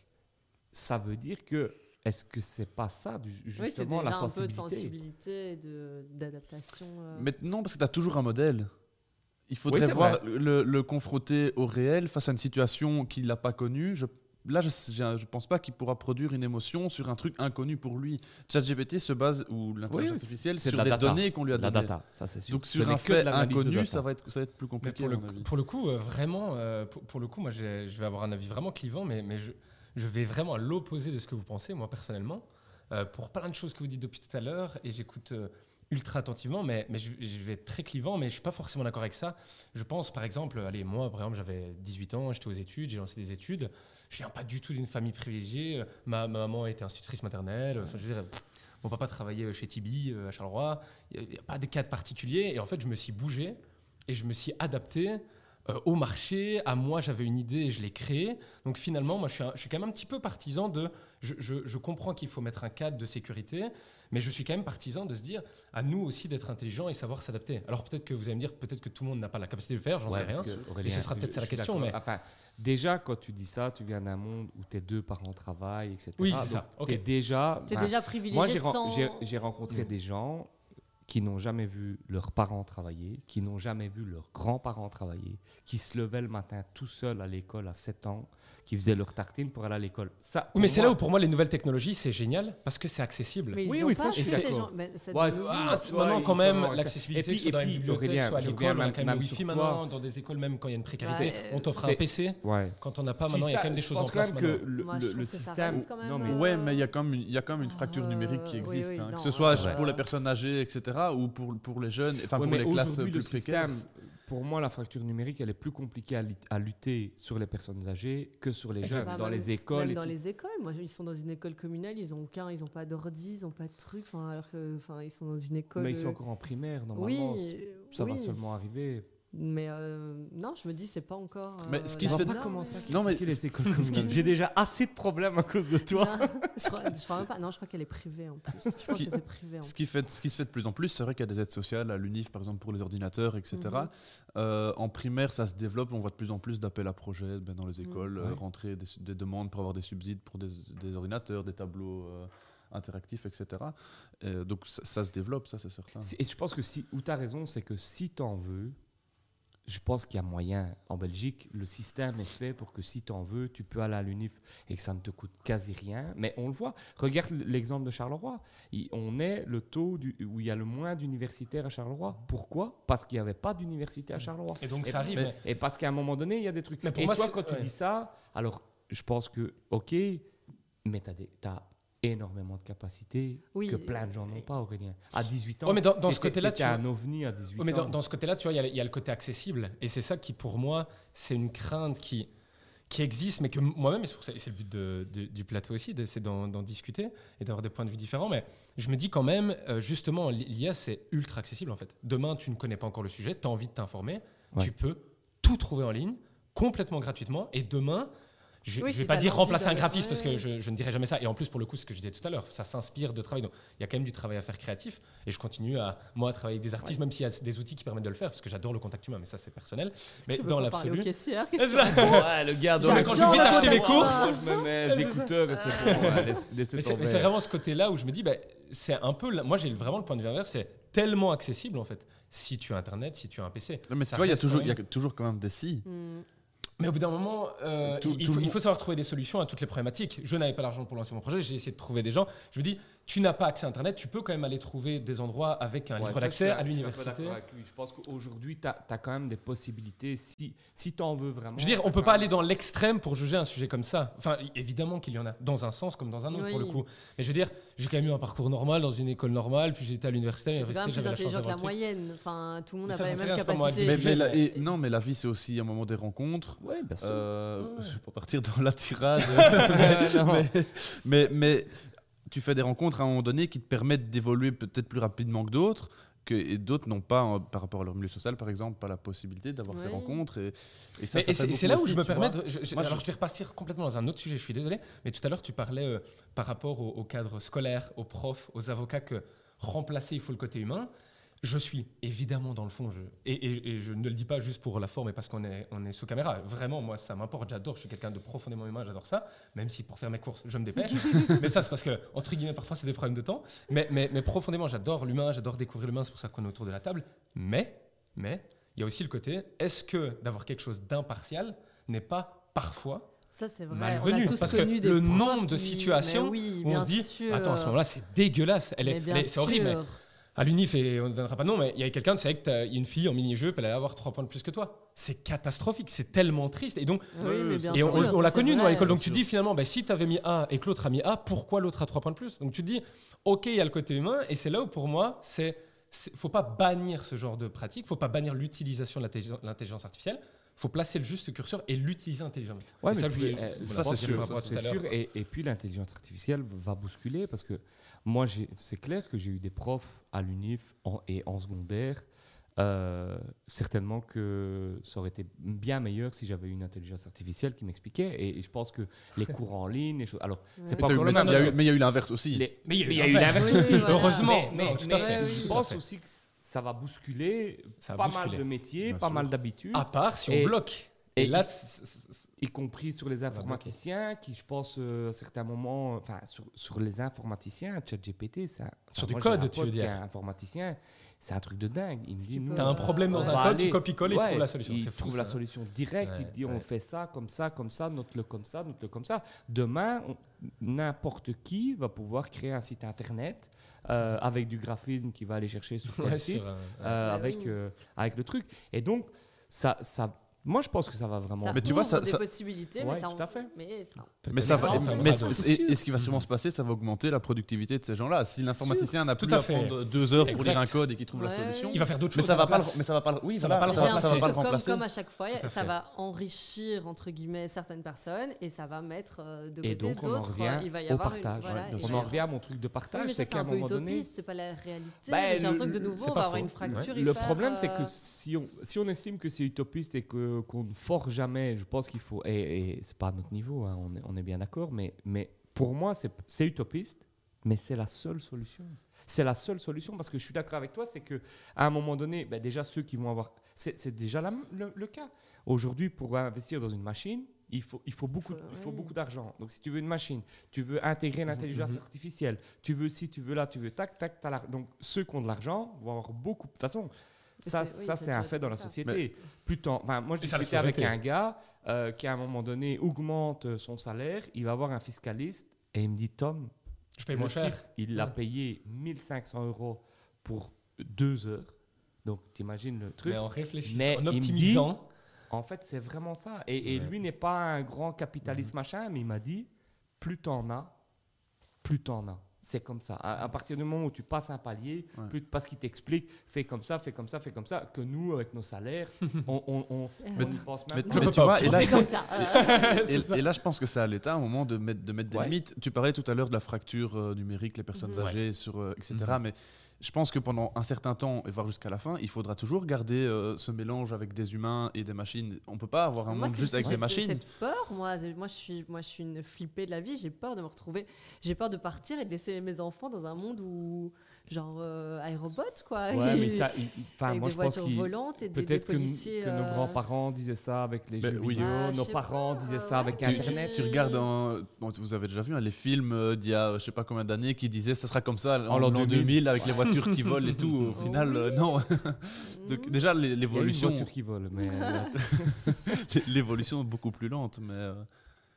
ça veut dire que est-ce que c'est pas ça du- Oui, c'est justement déjà la un peu de sensibilité? sensibilité et de- d'adaptation. euh. Mais non, parce que tu as toujours un modèle. Il faudrait c'est voir le, le confronter au réel face à une situation qu'il n'a pas connue. Je, là, je ne pense pas qu'il pourra produire une émotion sur un truc inconnu pour lui. ChatGPT se base, ou l'intelligence Oui, artificielle, c'est de sur la des data. données qu'on lui a De la données. data, ça c'est sûr. Donc Ce sur n'est un que de fait l'analyse de inconnu, data. ça va, être, ça va être plus Mais compliqué. pour, à le, mon avis. pour le coup, euh, vraiment, euh, pour, pour le coup, moi, j'ai- je vais avoir un avis vraiment clivant, mais, mais je, je vais vraiment à l'opposé de ce que vous pensez, moi, personnellement, euh, pour plein de choses que vous dites depuis tout à l'heure, et j'écoute euh, ultra attentivement, mais, mais je, je vais être très clivant, mais je ne suis pas forcément d'accord avec ça. Je pense, par exemple, allez, moi, par exemple, j'avais dix-huit ans, j'étais aux études, j'ai lancé des études, je viens pas du tout d'une famille privilégiée, ma, ma maman était institutrice maternelle, enfin, je veux dire, pff, mon papa travaillait chez Tibi, euh, à Charleroi, il n'y a, a pas de cadre particulier, et en fait, je me suis bougé, et je me suis adapté euh, au marché, à moi j'avais une idée et je l'ai créée. Donc finalement, moi je suis, un- je suis quand même un petit peu partisan de... Je, je- je comprends qu'il faut mettre un cadre de sécurité, mais je suis quand même partisan de se dire à nous aussi d'être intelligents et savoir s'adapter. Alors peut-être que vous allez me dire, peut-être que tout le monde n'a pas la capacité de le faire, j'en Ouais, sais rien. parce que, Aurélien, Et ce sera peut-être je- ça la je suis question, d'accord. mais- Enfin, déjà, quand tu dis ça, tu viens d'un monde où tes deux parents travaillent, et cetera. Oui, c'est Donc, ça. Ok. t'es déjà... T'es ben, déjà privilégié Moi, j'ai ren- sans... j'ai- j'ai rencontré Mm. des gens qui n'ont jamais vu leurs parents travailler, qui n'ont jamais vu leurs grands-parents travailler, qui se levaient le matin tout seuls à l'école à sept ans, qui faisaient leur tartine pour aller à l'école. Ça, Oui, mais pour c'est moi- là où pour moi les nouvelles technologies c'est génial parce que c'est accessible. Mais ils Oui, y ont oui, pas ça, je suis accès, ces d'accord. gens. Mais ça Ouais, devient- Ah, tu tu- vois, maintenant, il quand même, commence- l'accessibilité, Et puis- que ce soit dans et les puis, bibliothèques, Aurélien, soit à je l'école, reviens on a même- quand même même le sur Wi-Fi toi. maintenant, dans des écoles même quand il y a une précarité, Ouais, on t'offre c'est- un P C. Ouais. Quand on n'a pas, Si, maintenant, il y a ça, quand même des je choses pense en place quand même que maintenant. le, Moi, le- je le trouve que ça système... reste quand même, Non, mais- euh, Ouais, mais il y a quand même une, il y a quand même une fracture Euh, numérique qui oui, existe. oui, hein. non, Que ce soit ouais. pour les personnes âgées, et cetera, ou pour, pour les jeunes, enfin Ouais, pour mais les classes aujourd'hui, plus le précaires. système, pour moi, la fracture numérique, elle est plus compliquée à, lit- à lutter sur les personnes âgées que sur les jeunes, Exact. dans Même- les écoles. Même et dans tout. les écoles, moi ils sont dans une école communale, ils ont aucun, ils ont pas d'ordi, ils ont pas de trucs, enfin alors que, enfin ils sont dans une école. Mais ils sont euh, encore en primaire, oui, normalement. c- euh, Ça va oui. seulement arriver. Mais euh, non, je me dis c'est pas encore. Mais ce qui On se va fait- pas non, commencer à Non, mais critiquer les ce- écoles ce qui- communales. J'ai déjà assez de problèmes à cause de toi. Ça, je, crois, je crois même pas. Non, je crois qu'elle est privée en plus. Je pense qui- que c'est privé. En Ce qui, fait, ce qui se fait de plus en plus, c'est vrai qu'il y a des aides sociales à l'UNIF, par exemple, pour les ordinateurs, et cetera. Mhm. Euh, en primaire, ça se développe. On voit de plus en plus d'appels à projets ben, dans les écoles, Mhm. euh, Ouais. rentrer des, des demandes pour avoir des subsides pour des, des ordinateurs, des tableaux euh, interactifs, et cetera. Euh, donc ça, ça se développe, ça c'est certain. C'est- Et je pense que si, où tu as raison, c'est que si tu en veux, je pense qu'il y a moyen. En Belgique, le système est fait pour que si tu en veux, tu peux aller à l'UNIF et que ça ne te coûte quasi rien. Mais on le voit. Regarde l'exemple de Charleroi. Il- on est le taux du- où il y a le moins d'universitaires à Charleroi. Pourquoi? Parce qu'il n'y avait pas d'université à Charleroi. Et donc Et- ça arrive. mais- mais- Et parce qu'à un moment donné, il y a des trucs. Mais pour et moi, toi, c'est- quand tu ouais. dis ça, alors je pense que, ok, mais tu as énormément de capacités Oui. que plein de gens n'ont pas, Aurélien. À dix-huit ans, Ouais, mais dans- dans ce t'étais- côté-là, t'étais tu un vois- ovni à dix-huit Ouais, mais ans. dans, dans ce côté-là, tu vois, il y a- il y, a le côté accessible. Et c'est ça qui, pour moi, c'est une crainte qui, qui existe, mais que moi-même, et c'est pour ça- et c'est le but de- de- du plateau aussi, d'essayer d'en, d'en discuter et d'avoir des points de vue différents. Mais je me dis quand même, euh, justement, l'I A, c'est ultra accessible, en fait. Demain, tu ne connais pas encore le sujet, tu as envie de t'informer, Ouais. tu peux tout trouver en ligne, complètement gratuitement. Et demain, je ne Oui, vais si pas t'as dire l'envie remplacer un d'aller- graphiste ouais, parce que ouais. je, je ne dirais jamais ça. Et en plus, pour le coup, ce que je disais tout à l'heure, ça s'inspire de travail. Donc, il y a quand même du travail à faire créatif. Et je continue à, moi, à travailler avec des artistes, même s'il y a des outils qui permettent de le faire, parce que j'adore le contact humain, mais ça, c'est personnel. Mais Tu veux dans pas parler l'absolu. au caissière, qu'est-ce C'est que ça. tu racontes Ouais, le gars, Genre, quand je vais vite J'adore acheter le mes contact courses, humain. je me mets les écouteurs et c'est bon. ouais, laisse- laissez Mais c'est, tomber. mais c'est vraiment ce côté-là où je me dis, bah, c'est un peu. la- Moi, j'ai vraiment le point de vue inverse, c'est tellement accessible, en fait. Si tu as Internet, si tu as un P C. Non, mais Ça tu vois, il y a reste toujours, quand il y a même- toujours quand même des si. Hmm. Mais au bout d'un moment, euh, Tout- il, tout faut, le il monde- faut savoir trouver des solutions à toutes les problématiques. Je n'avais pas l'argent pour lancer mon projet, j'ai essayé de trouver des gens. Je me dis, tu n'as pas accès à Internet, tu peux quand même aller trouver des endroits avec un Ouais, livre ça, d'accès je suis- à je suis un peu l'université. d'accord avec lui. Je pense qu'aujourd'hui, tu as quand même des possibilités. Si, si tu en veux vraiment. Je veux dire, on t'as peut quand pas même- aller dans l'extrême pour juger un sujet comme ça. Enfin, évidemment qu'il y en a, dans un sens comme dans un autre pour le Oui. coup. Mais je veux dire, j'ai quand même eu un parcours normal dans une école normale, puis j'étais à l'université. À Tu es quand l'université, même plus j'avais la chance intelligent que d'avoir la le truc. moyenne. Enfin, tout le monde Mais n'a ça, pas les j'en sais mêmes rien, c'est pas moi à capacités. Mais, juger, mais la- mais- et- non, mais la vie, c'est aussi un moment des rencontres. Ouais, bien sûr. Euh, Ouais. Je vais pas partir dans la tirade. Ouais, non. mais, mais, mais tu fais des rencontres à un moment donné qui te permettent d'évoluer peut-être plus rapidement que d'autres, que, et d'autres n'ont pas, euh, par rapport à leur milieu social, par exemple, pas la possibilité d'avoir ces Ouais. rencontres. Et, et ça, Mais- ça et fait c'est beaucoup c'est là où aussi, je me tu permets vois. de. je- je- Moi, alors, je- je vais repartir complètement dans un autre sujet, je suis désolé, mais tout à l'heure, tu parlais euh, par rapport au, au cadre scolaire, aux profs, aux avocats, que remplacer, il faut le côté humain. Je suis évidemment dans le fond, je, et, et- et je ne le dis pas juste pour la forme et parce qu'on est, on est sous caméra. Vraiment, moi, ça m'importe, j'adore, je suis quelqu'un de profondément humain, j'adore ça, même si pour faire mes courses, je me dépêche. Mais ça, c'est parce que, entre guillemets, parfois, c'est des problèmes de temps. Mais, mais, mais profondément, j'adore l'humain, j'adore découvrir l'humain, c'est pour ça qu'on est autour de la table. Mais, mais, il y a aussi le côté, est-ce que d'avoir quelque chose d'impartial n'est pas parfois Ça, c'est vrai. malvenu, On a tous parce que connu des le profs nombre de qui- situations mais oui, où on bien se dit, sûr. attends, à ce moment-là, c'est dégueulasse. Elle est, Mais bien elle est- c'est horrible, mais sûr. à l'UNIF, et on ne donnera pas de nom, mais il y a quelqu'un, c'est vrai qu'il y a une fille en mini-jeu, puis elle allait avoir trois points de plus que toi. C'est catastrophique, c'est tellement triste. Et donc, Oui, mais bien et on, sûr, on ça, l'a c'est connu, nous, à vrai. l'école. Donc Bien tu te sûr. dis finalement, bah, si tu avais mis A et que l'autre a mis A, pourquoi l'autre a trois points de plus? Donc tu te dis, ok, il y a le côté humain, et c'est là où pour moi, c'est, c'est faut pas bannir ce genre de pratique, faut pas bannir l'utilisation de l'intelligence- l'intelligence artificielle, faut placer le juste curseur et l'utiliser intelligemment. Ouais, Et mais ça, je puis, voulais- euh, voilà, ça, pour c'est dire sûr, par rapport à ça, tout à C'est l'heure, sûr, quoi. et, et puis l'intelligence artificielle va bousculer parce que moi, j'ai- c'est clair que j'ai eu des profs à l'UNIF en- et en secondaire. Euh, certainement que ça aurait été bien meilleur si j'avais eu une intelligence artificielle qui m'expliquait. Et, et je pense que les cours en ligne, les choses. Alors, c'est Ouais. pas Mais t'as eu- encore mais le même. il y a parce eu- Mais il y a eu l'inverse aussi. que les- Mais il y a eu mais il y a eu l'inverse Oui, aussi. oui, voilà. Heureusement. Mais, Non, mais- tout à fait. mais oui, je tout à pense fait. aussi que ça va bousculer Ça va pas bousculer. mal de métiers, Bien pas sûr. mal d'habitudes. À part si on Et- bloque. Et, et- là, c- c- c- Y compris sur les va bloquer. informaticiens, qui, je pense, euh, à certains moments, euh, enfin, sur, sur les informaticiens, ChatGPT, ça. Sur enfin, du moi, j'ai code, un tu pote veux qui est dire. informaticien, c'est un truc de dingue. Il me Ce dit, qui nous, peut- t'as un problème dans Ouais. un on va code, tu aller- copies-coller, il Ouais, trouve la solution. Il C'est fou, trouve la ça. solution directe. Ouais, il te dit, ouais. on fait ça, comme ça, comme ça, note-le comme ça, note-le comme ça. Demain, on- n'importe qui va pouvoir créer un site internet euh, avec du graphisme qui va aller chercher sur tel Ouais, site, sur un- euh, Ouais, avec, oui. euh, avec le truc. Et donc, ça, ça, moi, je pense que ça va vraiment. Ça Mais tu vois, ouvre ça- des ça- possibilités, Ouais, mais ça tout à fait. Mais ça Mais ça va, Peut-être mais, que mais- ça va et, et ce qui va sûrement se passer, ça va augmenter la productivité de ces gens-là. Si l'informaticien n'a Tout plus à à fait. prendre deux heures pour Exact. lire un code et qu'il trouve la Ouais. solution, Il va faire d'autres mais choses. ça à va la pas, place. le, mais ça va pas, le- oui, Ça ça va va pas pas, le ça va, remplacer. ça va pas le comme, remplacer. comme à chaque fois, Tout à ça fait. va enrichir entre guillemets certaines personnes et ça va mettre euh, de côté Et donc, on en d'autres. revient Il va y au avoir une- partage. voilà, Ouais, il bien va On y en avoir- revient à mon truc de Oui, partage, mais ça, c'est c'est qu'à un un peu moment donné. utopiste, c'est pas la réalité. Bah, J'ai l'impression que de le- nouveau, c'est on pas va avoir faux. une fracture. Le hyper, problème, c'est que euh, si on, si on estime que c'est utopiste et que, qu'on ne force jamais, je pense qu'il faut. Et, et c'est pas à notre niveau, hein, on, est, on est bien d'accord, mais, mais pour moi, c'est, c'est utopiste, mais c'est la seule solution. C'est la seule solution parce que je suis d'accord avec toi, c'est qu'à un moment donné, ben déjà ceux qui vont avoir. C'est, c'est déjà la- le, le cas. Aujourd'hui, pour investir dans une machine, il faut, il faut, beaucoup, Faut- il faut oui. beaucoup d'argent. Donc, si tu veux une machine, tu veux intégrer l'intelligence mhm. artificielle, tu veux ci, tu veux là, tu veux tac, tac, t'as la- donc ceux qui ont de l'argent vont avoir beaucoup. De toute façon, ça, c'est- oui, ça ça c'est un doit fait être dans la comme ça. société. Plus tant, enfin, moi, je Et ça a discutais toujours avec été. un gars euh, qui, à un moment donné, augmente son salaire, il va avoir un fiscaliste et il me dit Tom, Je paye le moins cher. type, il l'a Ouais. payé mille cinq cents euros pour deux heures. Donc, t'imagines le truc. Mais en réfléchissant, Mais en il me dit- optimisant. En fait, c'est vraiment ça. Et, et Ouais. lui n'est pas un grand capitaliste machin, mais il m'a dit plus t'en as, plus t'en as. C'est comme ça. À, à partir du moment où tu passes un palier, Ouais. plus parce qu'il t'explique, fais comme ça, fais comme ça, fais comme ça, que nous, avec nos salaires, on, on, on, Mais on tu- y pense mais même tu- pas. Je mais peux tu pas vois, et On là, fait comme ça. euh, et, ça. et là, je pense que c'est à l'État, à un moment, de mettre, de mettre des Ouais. limites. Tu parlais tout à l'heure de la fracture euh, numérique, les personnes Mhm. âgées, sur, euh, et cetera. Mhm. Mais je pense que pendant un certain temps, et voire jusqu'à la fin, il faudra toujours garder euh, ce mélange avec des humains et des machines. On peut pas avoir un Moi, monde c'est- juste avec c'est- des c'est machines. cette peur, moi, c'est- moi, je suis, moi, je suis une flippée de la vie. J'ai peur de me retrouver. J'ai peur de partir et de laisser mes enfants dans un monde où, genre, euh, iRobot, quoi. Ouais, Et- mais ça, il- il- enfin, avec moi, des je pense voitures qu'il. volantes et des, des Peut-être que, n- policiers. que nos euh, grands-parents disaient ça avec les Ben jeux oui. vidéo, Ah, je nos sais parents pas, disaient euh, ça avec ouais, tu- Internet. Tu regardes, un- bon, vous avez déjà vu hein, les films euh, d'il y a euh, je sais pas combien d'années qui disaient ça sera comme ça en, En l'an l'an deux mille. deux mille avec les voitures qui volent et tout. Au Oh final, euh, oui. non. Mhm. Donc, déjà, l'é- Il y a une l'évolution, voiture qui vole, mais. euh, l'évolution est beaucoup plus lente. Mais, euh,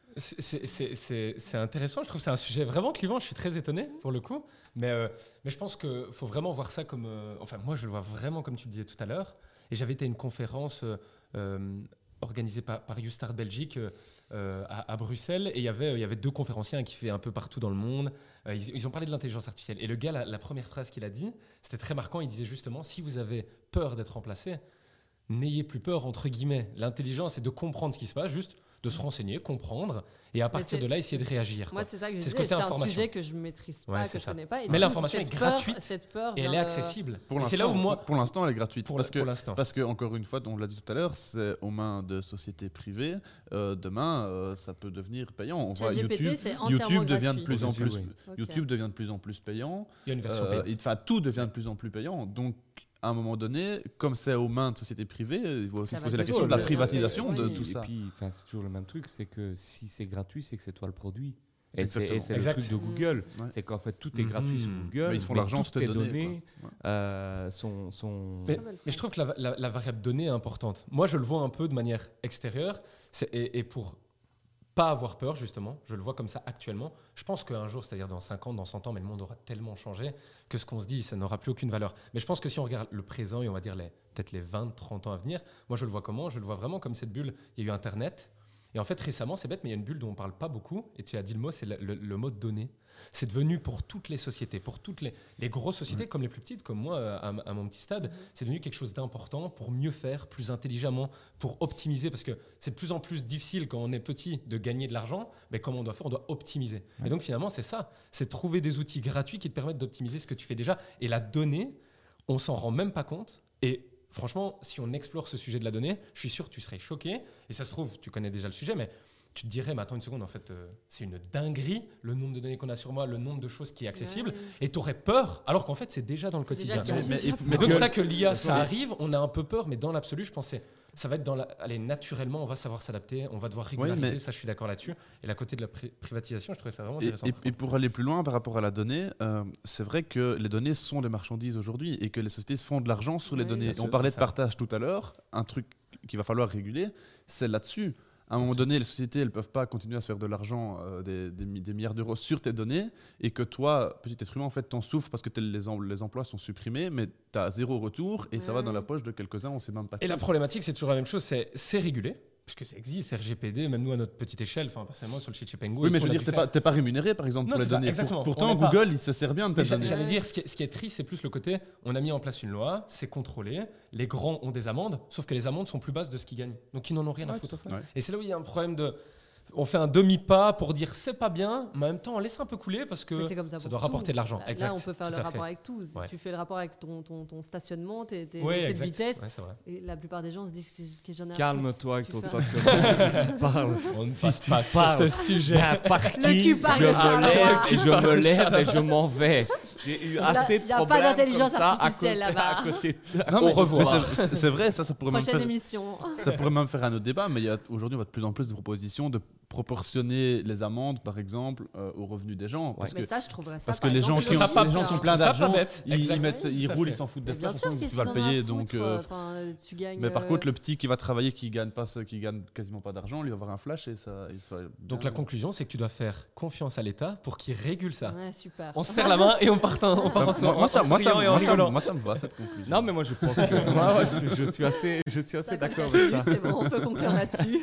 C'est- C'est c'est- c'est intéressant, je trouve que c'est un sujet vraiment clivant, je suis très étonné pour le coup, mais, euh, mais je pense qu'il faut vraiment voir ça comme... euh, enfin, moi je le vois vraiment comme tu le disais tout à l'heure, et j'avais été à une conférence euh, euh, organisée par, par YouStart Belgique euh, euh, à, à Bruxelles, et il y avait, il y avait deux conférenciers hein, qui fait un peu partout dans le monde, euh, ils, ils ont parlé de l'intelligence artificielle, et le gars, la, la première phrase qu'il a dit, c'était très marquant, il disait justement, si vous avez peur d'être remplacé, n'ayez plus peur, entre guillemets. L'intelligence, c'est de comprendre ce qui se passe, juste de se renseigner, comprendre, et à partir c'est- de là, essayer de c'est- réagir. Moi, quoi. c'est ça que je C'est ce disais. côté C'est un information. sujet que je ne maîtrise pas, Ouais, que c'est je ça. connais pas. Et Mais du coup, l'information cette est peur- gratuite Cette peur Et elle est vient de- accessible. Pour Et c'est là où l'instant, moi... pour- pour l'instant, elle est gratuite. Pour, parce que pour l'instant. Parce que, encore une fois, on l'a dit tout à l'heure, c'est aux mains de sociétés privées. Euh, demain, euh, ça peut devenir payant. On voit ChatGPT, YouTube, c'est entièrement YouTube devient de gratuit. plus en Au début, plus. oui. Ok. YouTube devient de plus en plus payant. Il y a une version Euh, payante. et, enfin, tout devient de plus en plus payant. Donc, à un moment donné, comme c'est aux mains de sociétés privées, il faut aussi Ça se va poser la toujours, question de la c'est- privatisation oui, de oui. tout Et ça. puis, enfin, c'est toujours le même truc, c'est que si c'est gratuit, c'est que c'est toi le produit. Et c'est Exactement. et c'est le Exact. truc de Google. Ouais. C'est qu'en fait, tout est Mhm. gratuit sur Google. Mais ils font mais l'argent toutes sur tes tes données, données quoi. Ouais. euh, sont, sont... Mais, Très belle mais je trouve phrase. que la, la- la variable donnée est importante. Moi, je le vois un peu de manière extérieure. c'est- Et, et pour pas avoir peur, justement, je le vois comme ça actuellement. Je pense qu'un jour, c'est-à-dire dans cinq ans, dans cent ans, mais le monde aura tellement changé que ce qu'on se dit, ça n'aura plus aucune valeur. Mais je pense que si on regarde le présent et on va dire les- peut-être les vingt, trente ans à venir, moi, je le vois comment? Je le vois vraiment comme cette bulle. Il y a eu Internet. Et en fait, récemment, c'est bête, mais il y a une bulle dont on parle pas beaucoup. Et tu as dit le mot, c'est le, le- le mot données. C'est devenu pour toutes les sociétés, pour toutes les, les grosses sociétés, comme les plus petites, comme moi, euh, à, m- à mon petit stade, c'est devenu quelque chose d'important pour mieux faire, plus intelligemment, pour optimiser, parce que c'est de plus en plus difficile quand on est petit de gagner de l'argent, mais comment on doit faire? On doit optimiser. Et donc finalement, c'est ça, c'est trouver des outils gratuits qui te permettent d'optimiser ce que tu fais déjà. Et la donnée, on s'en rend même pas compte. Et franchement, si on explore ce sujet de la donnée, je suis sûr que tu serais choqué. Et ça se trouve, tu connais déjà le sujet, mais tu te dirais, mais attends une seconde, en fait, euh, c'est une dinguerie, le nombre de données qu'on a sur moi, le nombre de choses qui est accessible. Ouais. Et tu aurais peur, alors qu'en fait, c'est déjà dans le C'est déjà quotidien. qu'il y a- Mais- mais- Mais donc, que- c'est ça que l'I A, ça Mais- arrive, on a un peu peur, mais dans l'absolu, je pensais, ça va être dans la... Allez, naturellement, on va savoir s'adapter, on va devoir régulariser, mais- ça, je suis d'accord là-dessus. Et la côté de la pri- privatisation, je trouvais ça vraiment Et, intéressant. et- et pour aller plus loin par rapport à la donnée, euh, c'est vrai que les données sont des marchandises aujourd'hui et que les sociétés font de l'argent sur les Oui, données. bien Et sûr, on parlait c'est de ça. partage tout à l'heure, un truc qu'il va falloir réguler, c'est là-dessus. À un moment donné, les sociétés, elles ne peuvent pas continuer à se faire de l'argent, euh, des, des mi- des milliards d'euros sur tes données, et que toi, petit être humain, en fait, t'en souffres parce que t'es- les, em- les emplois sont supprimés, mais tu as zéro retour, et ça va Ouais. dans la poche de quelques-uns, on ne sait même pas Et qui. la problématique, c'est toujours la même chose, c'est c'est régulé, puisque ça existe, R G P D, même nous à notre petite échelle, enfin personnellement sur le site chez Pengo. Oui, et mais tout, je veux on a dire, dû t'es faire- pas, t'es pas rémunéré, par exemple, Non, pour les c'est ça, données. Pour- exactement. pourtant, On n'est pas- Google, il se sert bien de tes Mais j'a- données. J'allais dire, ce qui, est, ce qui est triste, c'est plus le côté, on a mis en place une loi, c'est contrôlé, les grands ont des amendes, sauf que les amendes sont plus basses de ce qu'ils gagnent. Donc ils n'en ont rien à Ouais, foutre. tout à fait. Ouais. Et c'est là où il y a un problème de... On fait un demi-pas pour dire c'est pas bien, mais en même temps on laisse un peu couler parce que Mais c'est comme ça, ça pour doit tout. rapporter de l'argent. Là, Exact, là, on peut faire tout le à rapport fait. avec tout. Si Ouais. tu fais le rapport avec ton, ton, ton stationnement, tes, tes Oui, excès de exact. vitesse. Ouais, c'est vrai. Et la plupart des gens se disent que, que j'en ai un Calme-toi avec Tu ton fais- stationnement. si tu parles. On ne Si passe tu pas sur parles ce sujet. d'un parking, Le cul parle je de me Charleroi. lève et je me parle de lève et je m'en vais. J'ai eu a- assez de y a pas problèmes d'intelligence comme ça à artificielle cause- là-bas. à côté de- Non, Au mais- revoir. mais c'est- C'est c'est vrai, ça, ça pourrait, même Prochaine faire, émission. ça pourrait même faire un autre débat, mais il y a- aujourd'hui, on voit de plus en plus de propositions de proportionner les amendes, par exemple, euh, aux revenus des gens. Parce Mais que, ça, je trouverais ça. parce par que les exemple, gens le qui ont, ça pas- les gens qui ont plein je trouve ça pas d'argent, bête. ils, ils Exact. mettent, ils Tout à roulent, fait. ils s'en foutent Mais des bien frais, sûr, tu qu'est-ce vas qu'ils le en ont à payer. foutre, Donc, euh, enfin, tu gagnes. mais par euh, contre, le petit qui va travailler, qui gagne pas, ce- qui gagne quasiment pas d'argent, lui va avoir un flash et ça. il sera Donc bien. la conclusion, c'est que tu dois faire confiance à l'État pour qu'il régule ça. Ouais, super. On se serre la main et on part en, on part en, Moi, soir- moi, ça, en moi, ça, souriant et en moi, ça, rigolant. moi, ça me va cette conclusion. Non, mais moi je pense que moi, ouais, c'est- je suis assez, je suis assez d'accord avec ça. C'est bon, on peut conclure là-dessus.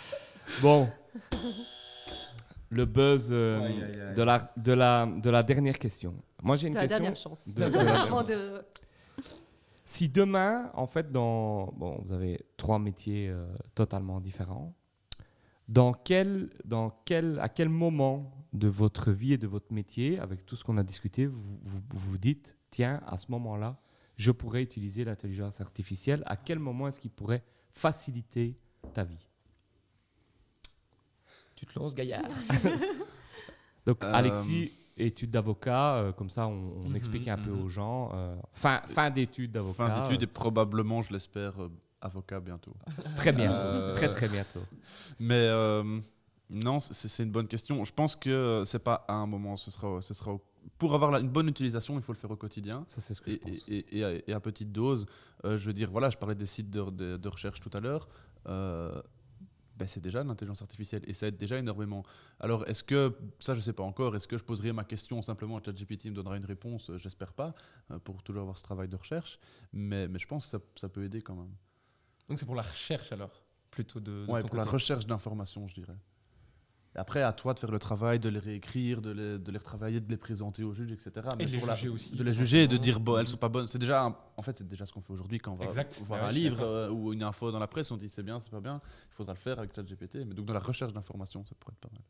Bon, le buzz euh, Aïe, aïe, aïe. de la de la de la dernière question. Moi j'ai une C'est la question. dernière chance. de- de la- Avant de- Si demain, en fait, dans bon, vous avez trois métiers euh, totalement différents. Dans quel, dans quel, à quel moment de votre vie et de votre métier, avec tout ce qu'on a discuté, vous vous, vous vous dites, tiens, à ce moment-là, je pourrais utiliser l'intelligence artificielle. À quel moment est-ce qu'il pourrait faciliter ta vie? Tu te lances, gaillard. Donc, Euh, Alexis, études d'avocat, euh, comme ça, on, on Mhm, explique un peu mhm. aux gens. euh, fin, fin d'études d'avocat. Fin d'études et probablement, je l'espère, euh, avocat bientôt. euh, très bientôt. Euh, Très, très bientôt. Mais euh, non, c'est c'est une bonne question. Je pense que c'est pas à un moment, ce sera, ce sera au- pour avoir la- une bonne utilisation, il faut le faire au quotidien. Ça, c'est ce que Et, je pense. et- et- et à, et à petite dose, euh, je veux dire, voilà, je parlais des sites de, de- de recherche tout à l'heure. Euh, ben, c'est déjà l'intelligence artificielle et ça aide déjà énormément. Alors, est-ce que, ça je ne sais pas encore, est-ce que je poserai ma question simplement à ChatGPT, il me donnera une réponse, euh, j'espère pas, euh, pour toujours avoir ce travail de recherche, mais, mais je pense que ça, ça peut aider quand même. Donc c'est pour la recherche alors, plutôt de, de Ouais, ton pour la côté. recherche d'informations, je dirais. Et après, à toi de faire le travail, de les réécrire, de les, de les retravailler, de les présenter au juge, et cetera. Et de les pour la- juger aussi, De les juger et de potentiellement. dire, bon, elles sont pas bonnes. C'est déjà, un- en fait, c'est déjà ce qu'on fait aujourd'hui quand on va Exact. voir Ouais, un je suis livre d'accord. euh, ou une info dans la presse, on dit c'est bien, c'est pas bien. Il faudra le faire avec ChatGPT. Mais donc, dans la recherche d'informations, ça pourrait être pas mal.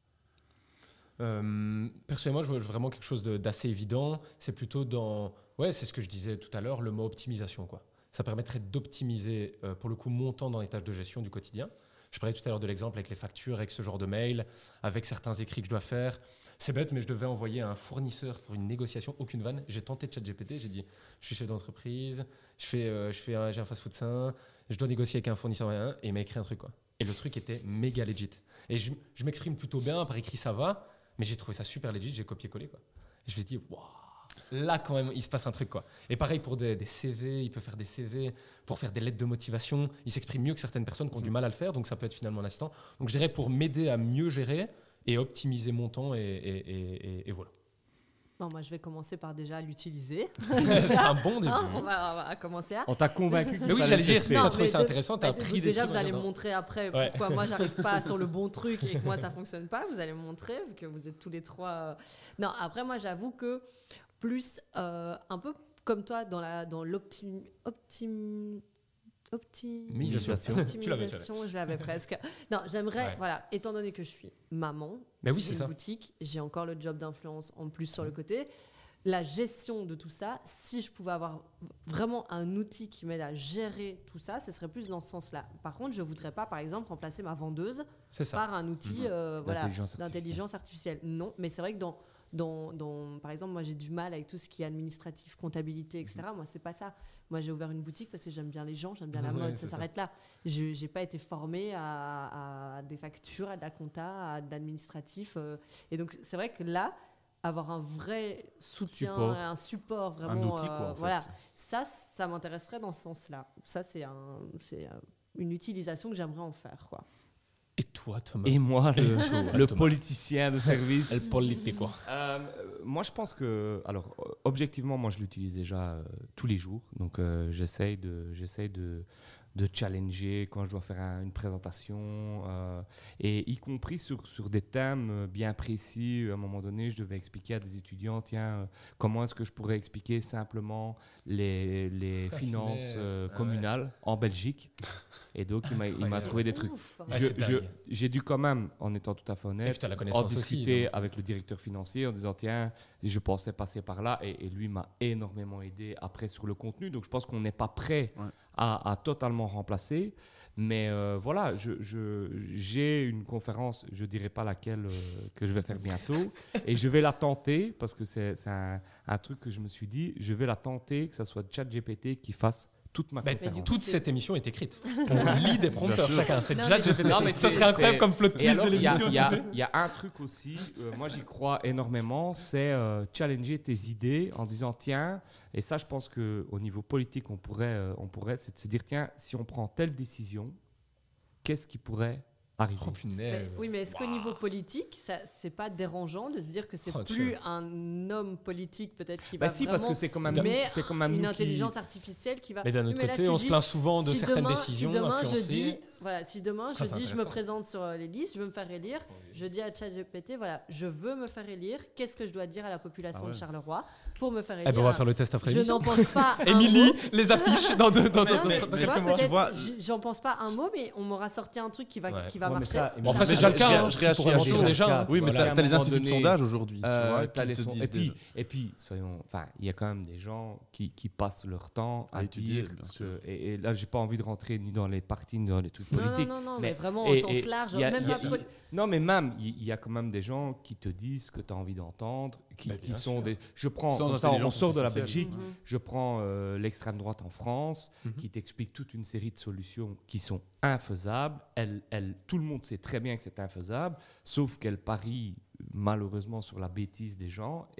Euh, personnellement, je vois vraiment quelque chose de- d'assez évident. C'est plutôt dans, ouais, c'est ce que je disais tout à l'heure, le mot optimisation, quoi. Ça permettrait d'optimiser, euh, pour le coup, mon temps dans les tâches de gestion du quotidien. Je parlais tout à l'heure de l'exemple avec les factures, avec ce genre de mail, avec certains écrits que je dois faire. C'est bête, mais je devais envoyer à un fournisseur pour une négociation, aucune vanne. J'ai tenté ChatGPT, j'ai dit, je suis chef d'entreprise, je fais, euh, je fais un, j'ai un fast-food sain, je dois négocier avec un fournisseur et il m'a écrit un truc, quoi. Et le truc était méga legit. Et je, je m'exprime plutôt bien, par écrit ça va, mais j'ai trouvé ça super legit, j'ai copié-collé, quoi. Et je me suis dit, waouh, là quand même, il se passe un truc, quoi. Et pareil pour des, des C V, il peut faire des C V, pour faire des lettres de motivation, il s'exprime mieux que certaines personnes qui ont du mal à le faire, donc ça peut être finalement un assistant. Donc je dirais pour m'aider à mieux gérer et optimiser mon temps, et, et, et, et- et voilà. Bon, moi, je vais commencer par déjà l'utiliser. C'est un bon début. Hein, on, va, on va commencer à. On t'a convaincu qu'il Mais oui, fallait j'allais le dire, faire. t'as Non, trouvé mais ça de- intéressant, t'as bah, appris vous, des déjà, trucs vous en allez me regardant. montrer après Ouais. pourquoi moi, j'arrive pas sur le bon truc et que moi, ça fonctionne pas. Vous allez me montrer, vu que vous êtes tous les trois. euh. Non, après, moi, j'avoue que plus, euh, un peu comme toi, dans la dans l'optim... Optim... Optim... Optimisation. Optimisation. Tu l'avais, tu Optimisation, je l'avais presque. Non, j'aimerais, Ouais. voilà, étant donné que je suis maman, Mais oui, j'ai c'est une ça. boutique, j'ai encore le job d'influence en plus sur le côté. La gestion de tout ça, si je pouvais avoir vraiment un outil qui m'aide à gérer tout ça, ce serait plus dans ce sens-là. Par contre, je ne voudrais pas, par exemple, remplacer ma vendeuse C'est ça. par un outil Mhm. euh, voilà, D'intelligence artificielle. d'intelligence artificielle. Non, mais c'est vrai que dans, dans, dans, par exemple, moi j'ai du mal avec tout ce qui est administratif, comptabilité, et cetera. Moi, c'est pas ça. Moi, j'ai ouvert une boutique parce que j'aime bien les gens, j'aime bien la Ouais, mode, c'est ça ça. s'arrête là. Je n'ai pas été formée à, à des factures, à de la compta, à de l'administratif. euh, et donc, c'est vrai que là, avoir un vrai soutien, Support. un support Un vraiment, outil, quoi, euh, en fait. voilà, ça, ça m'intéresserait dans ce sens-là. Ça, c'est un, c'est euh, une utilisation que j'aimerais en faire, quoi. Et toi, Thomas Et moi, le, toi, le Thomas. politicien de service. El politico. Euh, moi, je pense que, alors, euh, objectivement, moi, je l'utilise déjà euh, tous les jours. Donc, euh, j'essaye de, j'essaye de, de challenger quand je dois faire un- une présentation, euh, et y compris sur, sur des thèmes euh, bien précis. À un moment donné, je devais expliquer à des étudiants, tiens, euh, comment est-ce que je pourrais expliquer simplement les, les Ah, finances punaise. euh, Ah ouais. communales en Belgique. Et donc, il m'a, il Ouais, m'a c'est trouvé des Ouf. trucs. Ouais, Je- c'est je- dingue. j'ai dû quand même, en étant tout à fait Et honnête, puis t'as la en connaissance aussi, discuter donc. avec le directeur financier en disant tiens, je pensais passer par là, et, et lui m'a énormément aidé après sur le contenu. Donc je pense qu'on n'est pas prêt Ouais. à, à totalement remplacer. Mais euh, voilà, je, je- j'ai une conférence, je dirais pas laquelle, euh, que je vais faire bientôt, et je vais la tenter parce que c'est, c'est un, un truc que je me suis dit, je vais la tenter que ça soit ChatGPT qui fasse toute ma Bah, conférence. toute cette émission est écrite. On lit des prompteurs sûr. chacun. C'est Non, déjà mais- G P T. Non, mais ça c'est- serait incroyable c'est- comme plot Et twist alors, de il y, a- l'émission. il y a- tu sais. il y a un truc aussi, euh, moi j'y crois énormément, c'est euh, challenger tes idées en disant tiens, et ça je pense qu'au niveau politique on pourrait, euh, on pourrait, c'est de se dire tiens, si on prend telle décision, qu'est-ce qui pourrait arriver? Oh Mais- punaise. oui, mais est-ce qu'au niveau politique, ça, c'est pas dérangeant de se dire que c'est Oh, plus tiens. un homme politique peut-être qui Bah va si, parce que vraiment c'est quand même, mais c'est quand même une nous qui- intelligence artificielle qui va. Mais d'un Oui, autre mais là, côté, tu on dis, se plaint souvent de si certaines demain, décisions si demain je influencées. dis, voilà, si demain Ah, je c'est dis, je me intéressant. présente sur euh, les listes, je veux me faire élire, je dis à ChatGPT, voilà, je veux me faire élire, qu'est-ce que je dois dire à la population Ah ouais. de Charleroi pour me faire Eh élire? ben, on va faire le test après Je l'émission. n'en pense pas. un Émilie, mot. les affiches dans deux, dans, Mais- dans- mais- dans- dans mais quelques Tu vois, mois. peut-être, vois- j- j'en pense pas un mot, mais on m'aura sorti un truc qui va, Ouais. qui va Ouais, mais marcher. ça, Bon, après, Mais c'est déjà je- le je cas. réa- hein. je Tu réagis pourrais à mentir chaud. déjà. hein. Oui, mais Voilà, t'as à t'as un les moment instituts de donné, sondage aujourd'hui, tu Euh, vois, t'as qui les te son- disent et puis, déjà. et puis, soyons, enfin, il y a quand même des gens qui, qui passent leur temps à, À étudier, dire bien ce sûr. que, et, et là, j'ai pas envie de rentrer ni dans les partis ni dans les trucs Non, non, politiques. non, non, mais- mais, vraiment et- au sens et large. il y a- même il y a- pas poli- Non, mais même, il il y a quand même des gens qui te disent ce que tu as envie d'entendre, qui, Bah, qui bien sont sûr. des. Je prends, Sans comme ça, on intelligence sort de la artificielle. Belgique. Mhm. Je prends euh, l'extrême droite en France, Mhm. qui t'explique toute une série de solutions qui sont infaisables. Elle, elle, tout le monde sait très bien que c'est infaisable, sauf qu'elle parie malheureusement sur la bêtise des gens, et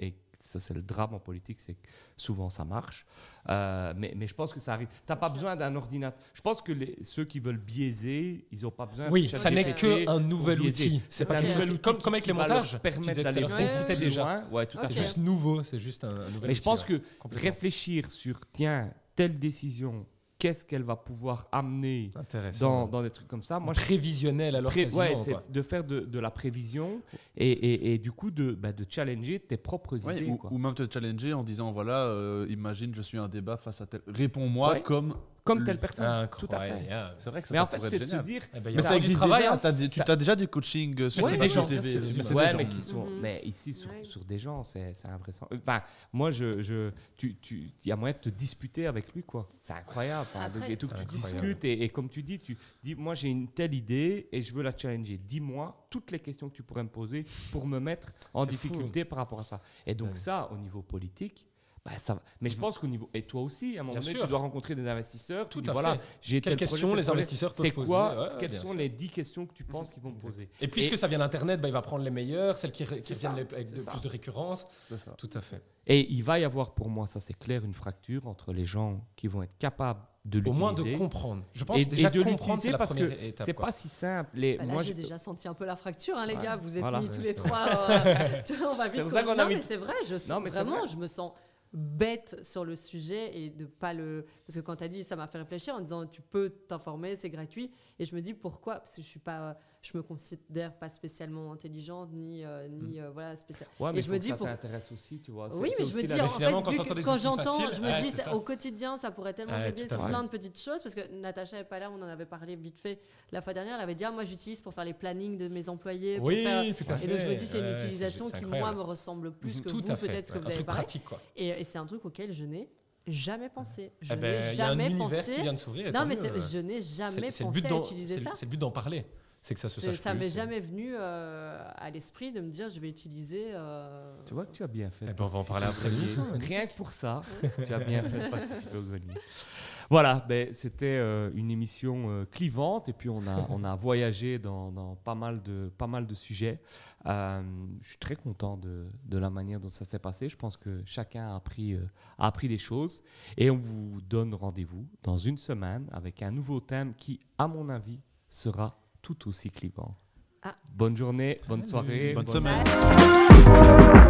ça, c'est le drame en politique, c'est que souvent ça marche. Euh, mais, mais je pense que ça arrive. Tu n'as pas besoin d'un ordinateur. Je pense que les, ceux qui veulent biaiser, ils n'ont pas besoin Oui, de ça n'est ChatGPT qu'un nouvel pour biaiser. outil. C'est pas un quelque chose nouvel qui- comme, outil comme avec qui les va leur montages. tu permettre disais tout à d'aller l'heure, plus ça existait plus déjà. loin. Ouais, tout à Ok. C'est fait. juste nouveau, c'est juste un, un nouvel Mais je outil, pense ouais. que Complètement. réfléchir sur, tiens, telle décision, qu'est-ce qu'elle va pouvoir amener Intéressant. dans, dans des trucs comme ça. Moi, je prévisionnel alors Pré- quasiment, ouais, c'est quoi. de faire de, de la prévision et, et, et du coup de, bah, de challenger tes propres Ouais, idées. ou, quoi. ou même te challenger en disant voilà, euh, imagine, je suis un débat face à tel. Réponds-moi Ouais. comme. Comme telle personne. Tout à fait. Incroyable. C'est vrai que ça, Mais ça en fait, pourrait c'est être de se génial. dire. Eh ben, il y a Mais ça encore du existe travail, déjà. hein. t'as des- tu T'as- as déjà des coachings euh, sur Mais c'est Watch des T gens, V, bien sûr, mais mais c'est Ouais, des gens. mais qui sont. Mhm. Mais ici, sur, Ouais. sur des gens, c'est c'est impressionnant. Enfin, moi, je, je, tu, tu, il y a moyen de te disputer avec lui, quoi. C'est incroyable. Enfin, Après, donc, et tout, c'est tu incroyable. discutes et, et comme tu dis, tu dis, moi, j'ai une telle idée et je veux la challenger. Dis-moi toutes les questions que tu pourrais me poser pour me mettre en C'est difficulté par rapport à ça. Et donc Ouais. ça, au niveau politique. Bah, ça va. Mais je pense qu'au niveau. Et toi aussi, à un moment Bien donné, sûr. tu dois rencontrer des investisseurs. Tout tu dis, à voilà, fait. j'ai Quelles tel projet, questions tel les projet. investisseurs peuvent C'est poser quoi Ouais, Quelles bien sont sûr. les dix questions que tu penses qu'ils vont me poser Et puisque Et- ça vient d'Internet, bah, il va prendre les meilleures, celles qui, ré- qui C'est ça, reviennent les- avec c'est de- ça. plus de récurrence. C'est ça. Tout à fait. Et il va y avoir pour moi, ça c'est clair, une fracture entre les gens qui vont être capables de Au l'utiliser. moins de comprendre. Je pense Et- déjà et de comprendre, c'est l'utiliser la parce première que étape. c'est quoi. pas si simple. Les, Bah là, moi, j'ai je- déjà senti un peu la fracture, hein, les Ouais. gars. Vous êtes Voilà. mis tous Ouais, les c'est trois. euh, on va vite. C'est pour ça qu'on- qu'on a non, mis- mais c'est vrai. Je sens Non, mais c'est vraiment, vrai. je me sens bête sur le sujet et de pas le. Parce que quand tu as dit, ça m'a fait réfléchir en disant, tu peux t'informer, c'est gratuit. Et je me dis pourquoi Parce que je suis pas, je me considère pas spécialement intelligente ni euh, ni euh, voilà spécial. Ouais, mais et je me faut que dis ça pour- t'intéresse aussi, tu vois. C'est- Oui, c'est mais je me aussi dis, la- en Mais finalement, fait, quand vu t'entends que- des quand outils j'entends, faciles, je me ouais, dis, c'est ça, ça. au quotidien, ça pourrait tellement Ouais, m'aider tout à sur fait. plein de petites choses. Parce que Natacha n'est pas là, on en avait parlé vite fait la fois dernière. Elle avait dit, ah, moi, j'utilise pour faire les plannings de mes employés. pour Oui, faire- tout à fait. Et donc, je me dis, c'est une Ouais, utilisation c'est qui, moi, incroyable. me ressemble plus que Tout vous, à fait. peut-être, ce que Ouais, vous un avez truc parlé. pratique, quoi. Et, et c'est un truc auquel je n'ai jamais pensé. Je Eh n'ai ben, il y a un jamais univers pensé. qui vient de s'ouvrir. et Non, tant mais mieux, c'est- euh. je n'ai jamais C'est- c'est le pensé but à d'en- utiliser c'est le- ça. C'est le but d'en parler. C'est que ça se C'est- sache Ça plus, m'est c'est- jamais venu euh, à l'esprit de me dire, je vais utiliser. euh, Tu vois que tu as bien fait. Eh de ben, on va en parler participer après au l'émission, grenier. Rien que pour ça, tu as bien fait de participer au grenier. Voilà, ben, c'était euh, une émission euh, clivante et puis on a, on a voyagé dans, dans pas, mal de, pas mal de sujets. Euh, je suis très content de, de la manière dont ça s'est passé. Je pense que chacun a appris, euh, a appris des choses et on vous donne rendez-vous dans une semaine avec un nouveau thème qui, à mon avis, sera tout aussi clivant. Ah. Bonne journée, bonne Salut. soirée. Bonne bonne- semaine. Bye.